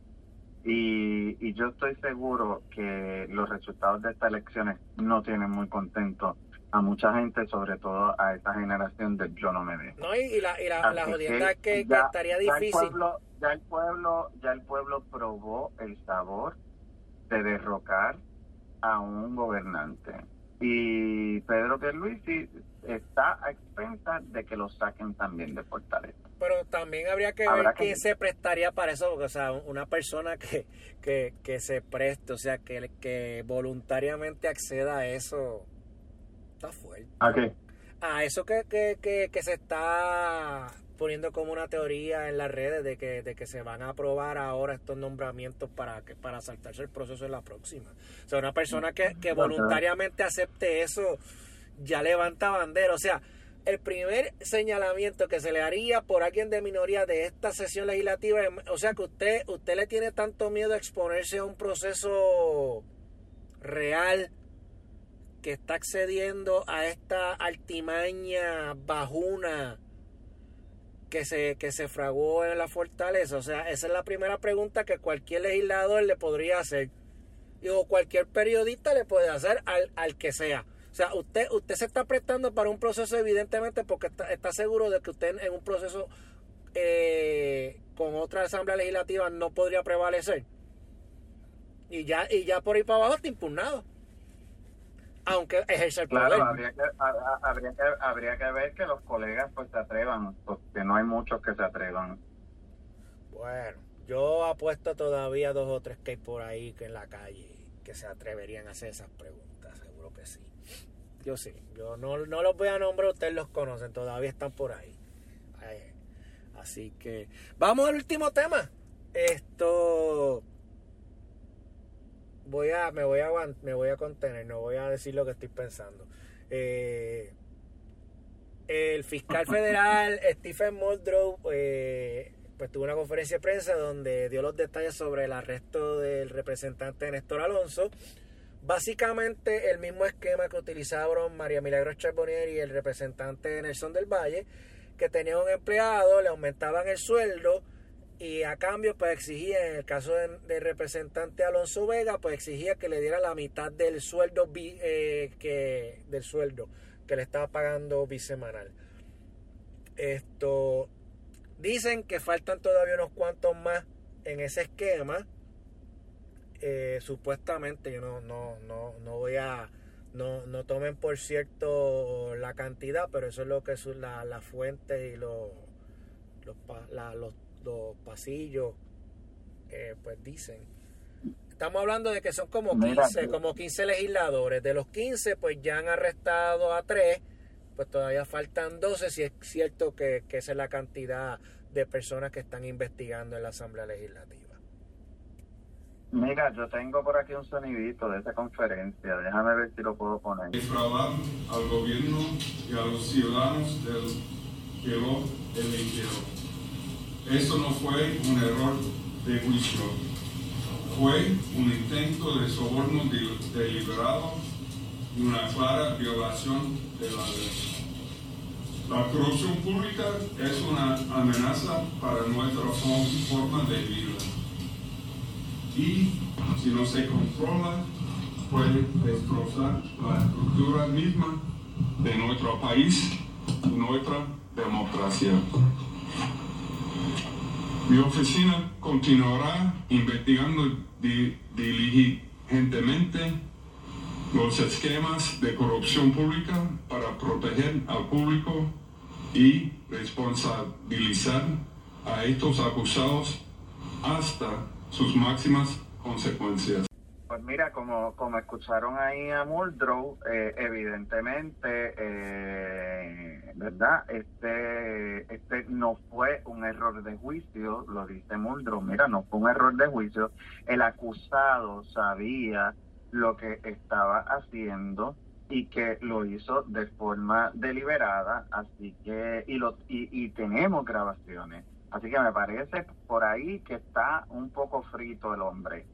Y, y yo estoy seguro que los resultados de estas elecciones no tienen muy contento a mucha gente, sobre todo a esta generación del yo no me dejo. No, y, y la, y la, la jodienda es que, ya, que estaría difícil. Ya el, pueblo, ya el pueblo, ya el pueblo probó el sabor de derrocar a un gobernante. Y Pedro Pierluisi está a expensas de que lo saquen también de Fortaleza. Pero también habría que Habrá ver quién se prestaría para eso, porque, o sea, una persona que, que, que se preste, o sea, que, que voluntariamente acceda a eso, está fuerte. ¿A qué? A eso que, que, que, que se está poniendo como una teoría en las redes de que, de que se van a aprobar ahora estos nombramientos para que para saltarse el proceso en la próxima. O sea, una persona que, que voluntariamente acepte eso ya levanta bandera. O sea, el primer señalamiento que se le haría por alguien de minoría de esta sesión legislativa, o sea, que usted usted le tiene tanto miedo a exponerse a un proceso real, que está accediendo a esta artimaña bajuna que se que se fraguó en la Fortaleza. O sea, esa es la primera pregunta que cualquier legislador le podría hacer, o cualquier periodista le puede hacer al, al que sea. O sea, usted usted se está prestando para un proceso, evidentemente, porque está, está seguro de que usted en un proceso eh, con otra asamblea legislativa no podría prevalecer. Y ya y ya por ahí para abajo está impugnado, aunque ejerce el poder. Claro, habría que, habría, que, habría que ver que los colegas pues se atrevan, porque no hay muchos que se atrevan. Bueno, yo apuesto todavía dos o tres que hay por ahí que en la calle que se atreverían a hacer esas preguntas, seguro que sí. Yo sí, yo no, no los voy a nombrar, ustedes los conocen, todavía están por ahí. Así que vamos al último tema. Esto voy a me voy a me voy a contener, no voy a decir lo que estoy pensando. Eh, el fiscal federal Stephen Muldrow eh, pues tuvo una conferencia de prensa donde dio los detalles sobre el arresto del representante Néstor Alonso. Básicamente el mismo esquema que utilizaron María Milagros Charbonnier y el representante Nelson del Valle, que tenían un empleado, le aumentaban el sueldo y a cambio pues exigía, en el caso de, del representante Alonso Vega, pues exigía que le diera la mitad del sueldo eh, que del sueldo que le estaba pagando bisemanal. Esto dicen que faltan todavía unos cuantos más en ese esquema. Eh, supuestamente, yo no, no, no, no voy a no, no tomen por cierto la cantidad, pero eso es lo que son la, la fuente y los los, la, los, los pasillos eh, pues dicen. Estamos hablando de que son como quince, como quince legisladores. De los quince, pues ya han arrestado a tres, pues todavía faltan doce, si es cierto que, que esa es la cantidad de personas que están investigando en la Asamblea Legislativa. Mira, yo tengo por aquí un sonidito de esa conferencia, déjame ver si lo puedo poner. Defraudar al gobierno y a los ciudadanos del que lo eligieron. Esto no fue un error de juicio, fue un intento de soborno deliberado y una clara violación de la ley. La corrupción pública es una amenaza para nuestra forma de vida. Y si no se controla, puede destrozar la estructura misma de nuestro país y nuestra democracia. Mi oficina continuará investigando di- diligentemente los esquemas de corrupción pública para proteger al público y responsabilizar a estos acusados hasta sus máximas consecuencias. Pues mira, como, como escucharon ahí a Muldrow, eh, evidentemente, eh, ¿verdad? Este, este no fue un error de juicio, lo dice Muldrow, mira, no fue un error de juicio. El acusado sabía lo que estaba haciendo y que lo hizo de forma deliberada, así que, y, lo, y, y tenemos grabaciones. Así que me parece por ahí que está un poco frito el hombre.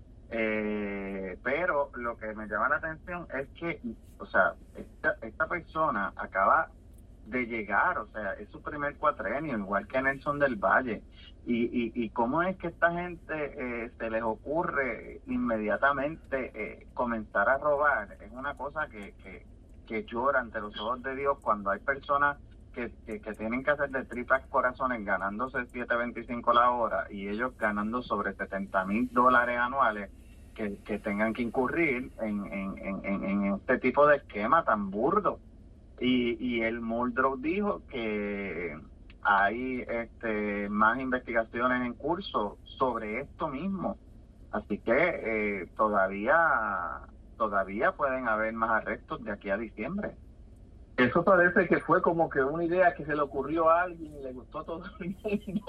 Eh, pero lo que me llama la atención es que, o sea, esta, esta persona acaba de llegar, o sea, es su primer cuatrenio, igual que Nelson del Valle. Y, y, y cómo es que esta gente eh, se les ocurre inmediatamente eh, comenzar a robar. Es una cosa que, que, que llora ante los ojos de Dios cuando hay personas Que, que, que tienen que hacer de tripas corazones ganándose siete veinticinco la hora y ellos ganando sobre setenta mil dólares anuales que, que tengan que incurrir en, en, en, en este tipo de esquema tan burdo. Y, y el Muldrow dijo que hay este más investigaciones en curso sobre esto mismo. Así que eh, todavía, todavía pueden haber más arrestos de aquí a diciembre. Eso parece que fue como que una idea que se le ocurrió a alguien y le gustó a todo el mundo.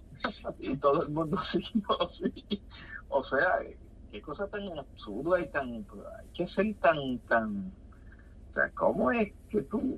Y todo el mundo siguió así. O sea, qué cosa tan absurda y tan... Hay que ser tan... tan o sea, ¿cómo es que tú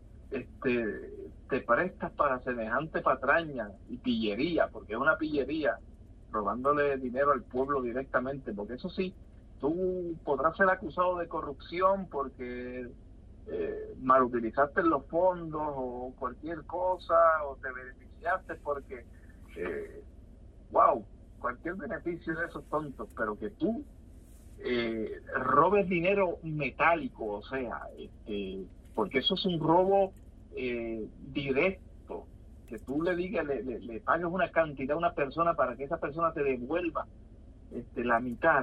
este, te prestas para semejante patraña y pillería? Porque es una pillería, robándole dinero al pueblo directamente. Porque eso sí, tú podrás ser acusado de corrupción porque... Eh, mal utilizaste los fondos o cualquier cosa o te beneficiaste porque eh, wow, cualquier beneficio de esos tontos, pero que tú eh, robes dinero metálico, o sea, este, porque eso es un robo eh, directo, que tú le digas, le, le, le pagues una cantidad a una persona para que esa persona te devuelva este, la mitad.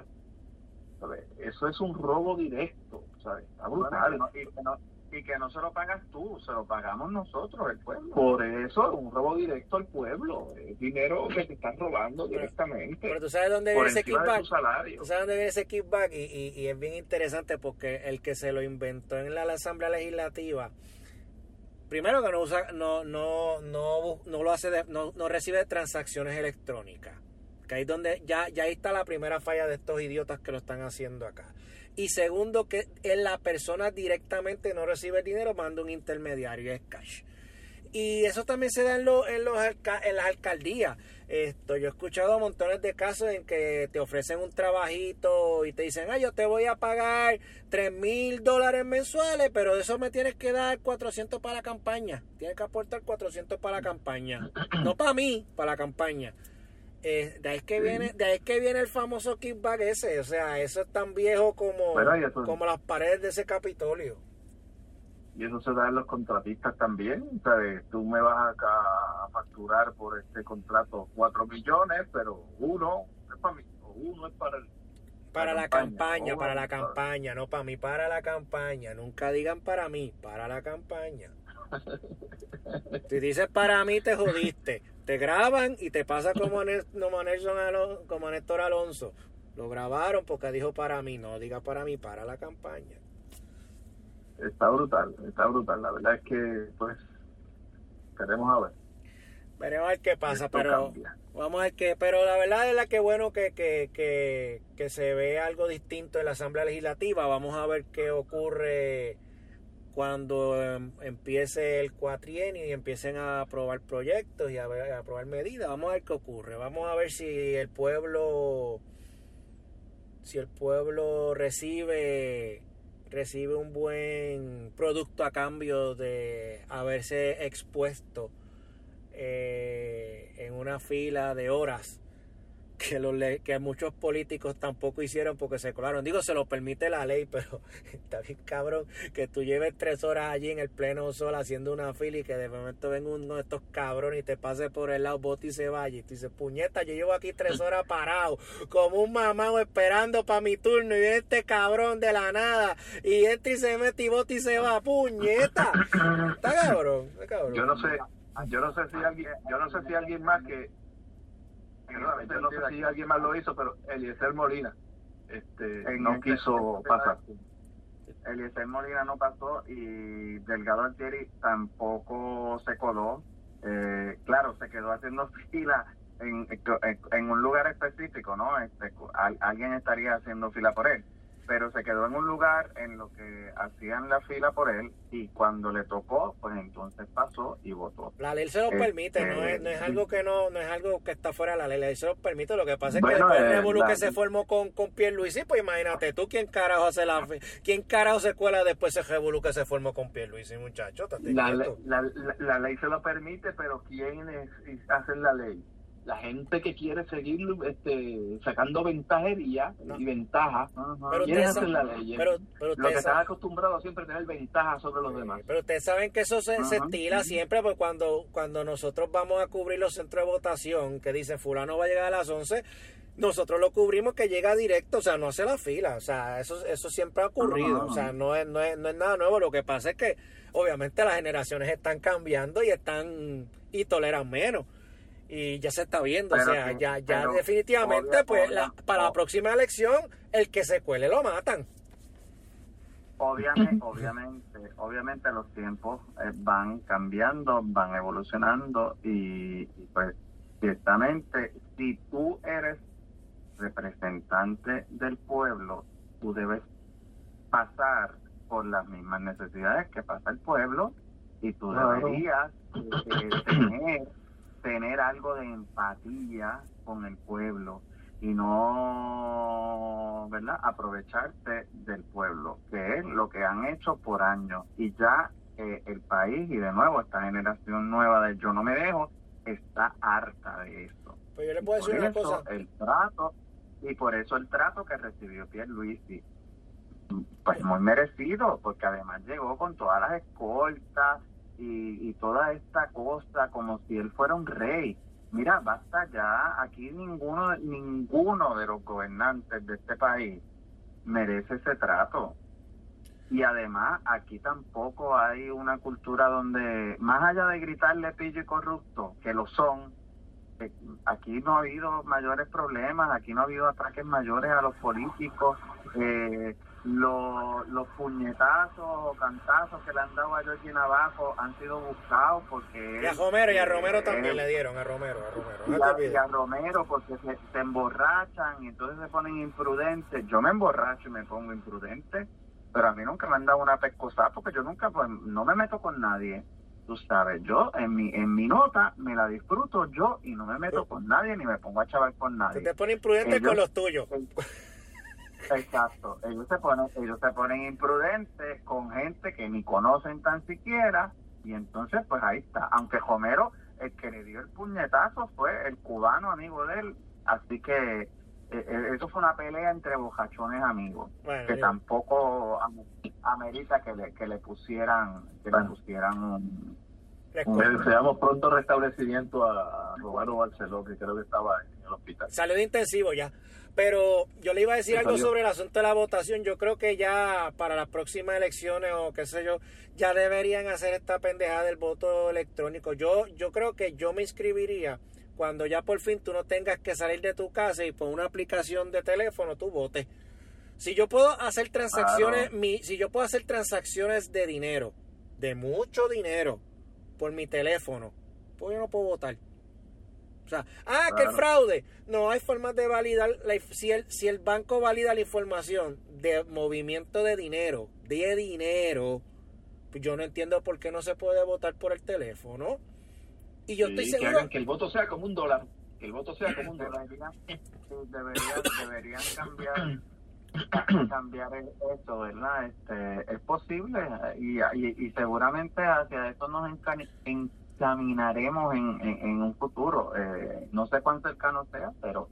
Eso es un robo directo, ¿sabes? Está brutal. Bueno, y, que no, y que no se lo pagas tú, se lo pagamos nosotros, el pueblo. Por eso es un robo directo al pueblo. Es dinero que te están robando directamente. Pero tú sabes dónde viene ese kickback. Tú sabes dónde viene ese kickback y, y, y es bien interesante porque el que se lo inventó en la, la Asamblea Legislativa, primero que no usa, no, no, no, no lo hace, de, no, no recibe transacciones electrónicas. Que ahí es donde ya, ya ahí está la primera falla de estos idiotas que lo están haciendo acá. Y segundo, que es la persona directamente no recibe el dinero, manda un intermediario, es cash. Y eso también se da en, lo, en, los, en las alcaldías. Esto, yo he escuchado montones de casos en que te ofrecen un trabajito y te dicen, ah, yo te voy a pagar tres mil dólares mensuales, pero de eso me tienes que dar cuatrocientos para la campaña. Tienes que aportar cuatrocientos para la campaña. No para mí, para la campaña. Eh, de ahí es que viene, de ahí es que viene el famoso kickback ese. O sea, eso es tan viejo como, bueno, eso, como las paredes de ese Capitolio. Y eso se da en los contratistas también. O sea, tú me vas acá a facturar por este contrato cuatro millones, pero uno es para mí, o uno es para el, para la campaña, campaña para la campaña, para... no para mí, para la campaña. Nunca digan para mí, para la campaña. Si dices para mí, te jodiste. Te graban y te pasa como a, como a Nelson Alonso, como a Néstor Alonso. Lo grabaron porque dijo para mí, no diga para mí, para la campaña. Está brutal, está brutal. La verdad es que, pues, queremos a ver. Veremos a ver qué pasa, Esto pero cambia. Vamos a ver qué. Pero la verdad es la que bueno que, que, que, que se ve algo distinto en la Asamblea Legislativa. Vamos a ver qué ocurre cuando um, empiece el cuatrienio y empiecen a aprobar proyectos y a, ver, a aprobar medidas. Vamos a ver qué ocurre. Vamos a ver si el pueblo, si el pueblo recibe recibe un buen producto a cambio de haberse expuesto eh, en una fila de horas que los que muchos políticos tampoco hicieron porque se colaron. Digo, se lo permite la ley, pero está bien cabrón que tú lleves tres horas allí en el pleno sol haciendo una fila y que de momento venga uno de estos cabrones y te pase por el lado, bote y se vaya. Y tú dices, puñeta, yo llevo aquí tres horas parado como un mamado esperando para mi turno y viene este cabrón de la nada y entra y se mete y bota y se va. Puñeta, está cabrón, está cabrón. Yo no sé, yo no sé si alguien, yo no sé si alguien más que Perdón, yo no sé si alguien más lo hizo, pero Eliezer Molina este, no quiso pasar. Eliezer Molina no pasó y Delgado Altieri tampoco se coló. Eh, claro, se quedó haciendo fila en, en, en un lugar específico, ¿no? Este, al, alguien estaría haciendo fila por él, pero se quedó en un lugar en lo que hacían la fila por él y cuando le tocó, pues entonces pasó y votó. La ley se lo eh, permite, eh, no es no es algo que no no es algo que está fuera de la ley, la ley se lo permite. Lo que pasa es que bueno, después del eh, revolú que se formó con, con Pierluisi, pues imagínate tú, ¿quién carajo hace la quién carajo se cuela después ese revolú que se formó con Pierluisi, muchacho? La, la, la, la ley se lo permite, pero ¿quién es, hace la ley? La gente que quiere seguir este, sacando ventajería no. y ventaja, quiere hacer la ley. Pero, pero lo que están acostumbrados siempre a tener ventaja sobre los sí, demás. Pero ustedes saben que eso se, se estila siempre, porque cuando, cuando nosotros vamos a cubrir los centros de votación, que dicen fulano va a llegar a las once, nosotros lo cubrimos que llega directo, o sea, no hace la fila. O sea, eso, eso siempre ha ocurrido. No, no, no. O sea, no es, no, es, no es nada nuevo. Lo que pasa es que, obviamente, las generaciones están cambiando y están y toleran menos. Y ya se está viendo, pero o sea, que, ya ya pero, definitivamente, obvia, pues obvia, la, para obvia. la próxima elección, el que se cuele lo matan. Obviamente, obviamente, obviamente los tiempos eh, van cambiando, van evolucionando y, y pues ciertamente, si tú eres representante del pueblo, tú debes pasar por las mismas necesidades que pasa el pueblo y tú claro. deberías eh, tener tener algo de empatía con el pueblo y no, ¿verdad?, aprovecharte del pueblo, que es lo que han hecho por años. Y ya eh, el país, y de nuevo esta generación nueva de Yo No Me Dejo, está harta de esto. Pues yo le puedo decir una cosa. El trato, y por eso el trato que recibió Pierluisi, pues muy merecido, porque además llegó con todas las escoltas, Y, y toda esta cosa como si él fuera un rey. Mira, basta ya, aquí ninguno ninguno de los gobernantes de este país merece ese trato. Y además aquí tampoco hay una cultura donde, más allá de gritarle pillo y corrupto, que lo son, eh, aquí no ha habido mayores problemas, aquí no ha habido ataques mayores a los políticos, eh, los, los puñetazos o cantazos que le han dado a Georgie Navajo han sido buscados porque... Y a Romero, y a Romero también él, le dieron, a Romero, a Romero. No y, a, y a Romero porque se, se emborrachan y entonces se ponen imprudentes. Yo me emborracho y me pongo imprudente, pero a mí nunca me han dado una pescosa porque yo nunca, pues, no me meto con nadie. Tú sabes, yo en mi en mi nota me la disfruto yo y no me meto con nadie ni me pongo a chaval con nadie. Tú te pones imprudente ellos, con los tuyos. Exacto, ellos se ponen ellos se ponen imprudentes con gente que ni conocen tan siquiera y entonces pues ahí está. Aunque Romero, el que le dio el puñetazo fue el cubano amigo de él, así que eh, eso fue una pelea entre bocachones amigos, bueno, que yo... tampoco amerita que le que le pusieran que bueno. le pusieran un, un... deseamos pronto restablecimiento a Romano Barceló, que creo que estaba en el hospital. Salió de intensivo ya. Pero yo le iba a decir ¿Sí algo salió? sobre el asunto de la votación. Yo creo que ya para las próximas elecciones o qué sé yo, ya deberían hacer esta pendejada del voto electrónico. Yo yo creo que yo me inscribiría cuando ya por fin tú no tengas que salir de tu casa y por una aplicación de teléfono tú votes. Si yo puedo hacer transacciones, claro. mi, si yo puedo hacer transacciones de dinero, de mucho dinero, por mi teléfono, pues yo no puedo votar. O sea, ah, claro. que el fraude. No hay formas de validar. La, si, el, si el banco valida la información de movimiento de dinero, de dinero, pues yo no entiendo por qué no se puede votar por el teléfono. Y yo sí, estoy que seguro. Hagan que el voto sea como un dólar. Que el voto sea como un dólar. Deberían, deberían, deberían cambiar. cambiar esto, ¿verdad? Este, es posible y, y, y seguramente hacia esto nos encan- encaminaremos en, en, en un futuro. Eh, no sé cuán cercano sea, pero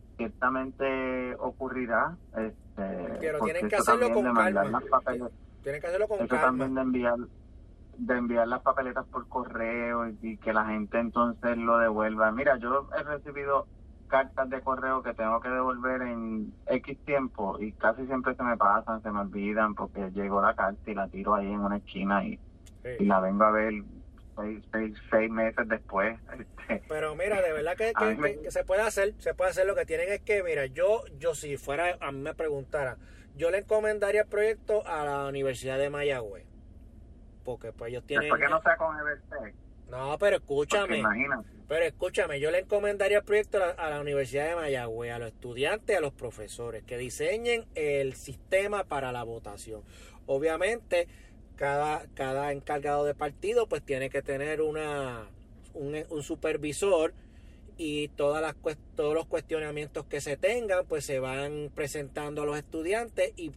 ciertamente ocurrirá. Este, pero tienen que hacerlo con calma. Papeles, tienen que hacerlo con eso calma. también de enviar de enviar las papeletas por correo y, y que la gente entonces lo devuelva. Mira, yo he recibido cartas de correo que tengo que devolver en X tiempo y casi siempre se me pasan, se me olvidan porque llegó la carta y la tiro ahí en una esquina y, sí. y la vengo a ver seis, seis, seis meses después. Este, Pero mira, de verdad que, que, me... que, que se puede hacer, se puede hacer. Lo que tienen es que, mira, yo, yo si fuera, a mí me preguntara, yo le encomendaría el proyecto a la Universidad de Mayagüez, porque pues ellos tienen... ¿Por qué no sea con Evertech? No, pero escúchame. Imagínate. Pero escúchame, yo le encomendaría el proyecto a la, a la Universidad de Mayagüez, a los estudiantes, a los profesores, que diseñen el sistema para la votación. Obviamente, cada, cada encargado de partido pues tiene que tener una un, un supervisor y todas las todos los cuestionamientos que se tengan pues se van presentando a los estudiantes y,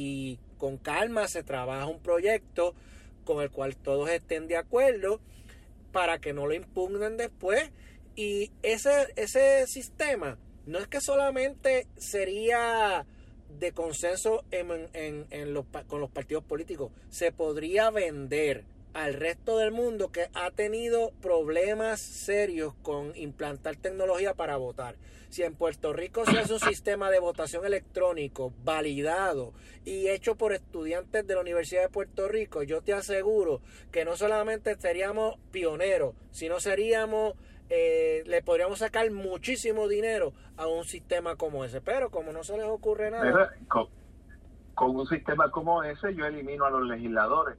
y con calma se trabaja un proyecto con el cual todos estén de acuerdo para que no lo impugnen después. Y ese ese sistema no es que solamente sería de consenso en, en, en los, con los partidos políticos, se podría vender al resto del mundo que ha tenido problemas serios con implantar tecnología para votar. Si en Puerto Rico se hace un sistema de votación electrónico validado y hecho por estudiantes de la Universidad de Puerto Rico, yo te aseguro que no solamente seríamos pioneros, sino seríamos, eh, le podríamos sacar muchísimo dinero a un sistema como ese. Pero como no se les ocurre nada... Pero, con, con un sistema como ese yo elimino a los legisladores.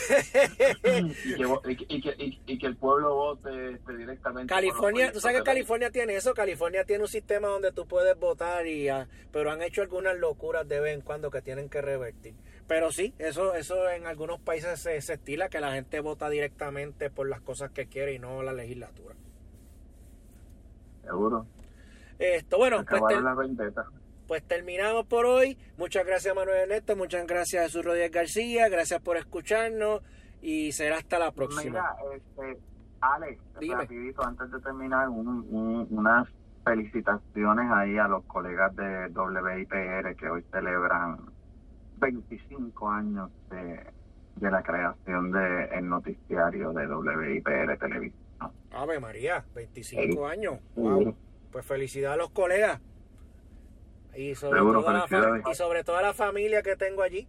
y, que, y, que, y, que, y que el pueblo vote este, directamente. California, tú sabes que California tiene eso. California tiene un sistema donde tú puedes votar y uh, pero han hecho algunas locuras de vez en cuando que tienen que revertir. Pero sí, eso eso en algunos países se, se estila que la gente vota directamente por las cosas que quiere y no la legislatura. Seguro. Esto, bueno, pues, te, la vendetta. Pues terminamos por hoy. Muchas gracias, Manuel Ernesto. Muchas gracias a Jesús Rodríguez García. Gracias por escucharnos y será hasta la próxima. Mira, este, Alex, Dime. rapidito, antes de terminar, un, un, unas felicitaciones ahí a los colegas de W I P R que hoy celebran veinticinco años de, de la creación del noticiario de W I P R Televisión. Ave María, veinticinco sí. años. Wow. Pues felicidades a los colegas. Y sobre, Seguro, toda la fa- y sobre toda la familia que tengo allí.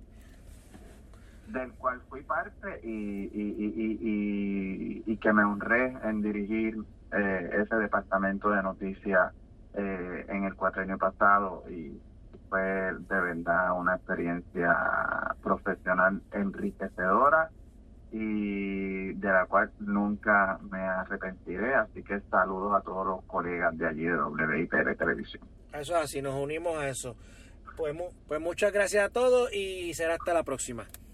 Del cual fui parte y, y, y, y, y que me honré en dirigir eh, ese departamento de noticias eh, en el cuatrienio pasado. Y fue de verdad una experiencia profesional enriquecedora y de la cual nunca me arrepentiré, así que saludos a todos los colegas de allí de W I P R Televisión. Eso es así, nos unimos a eso. Pues, mu- pues muchas gracias a todos y será hasta la próxima.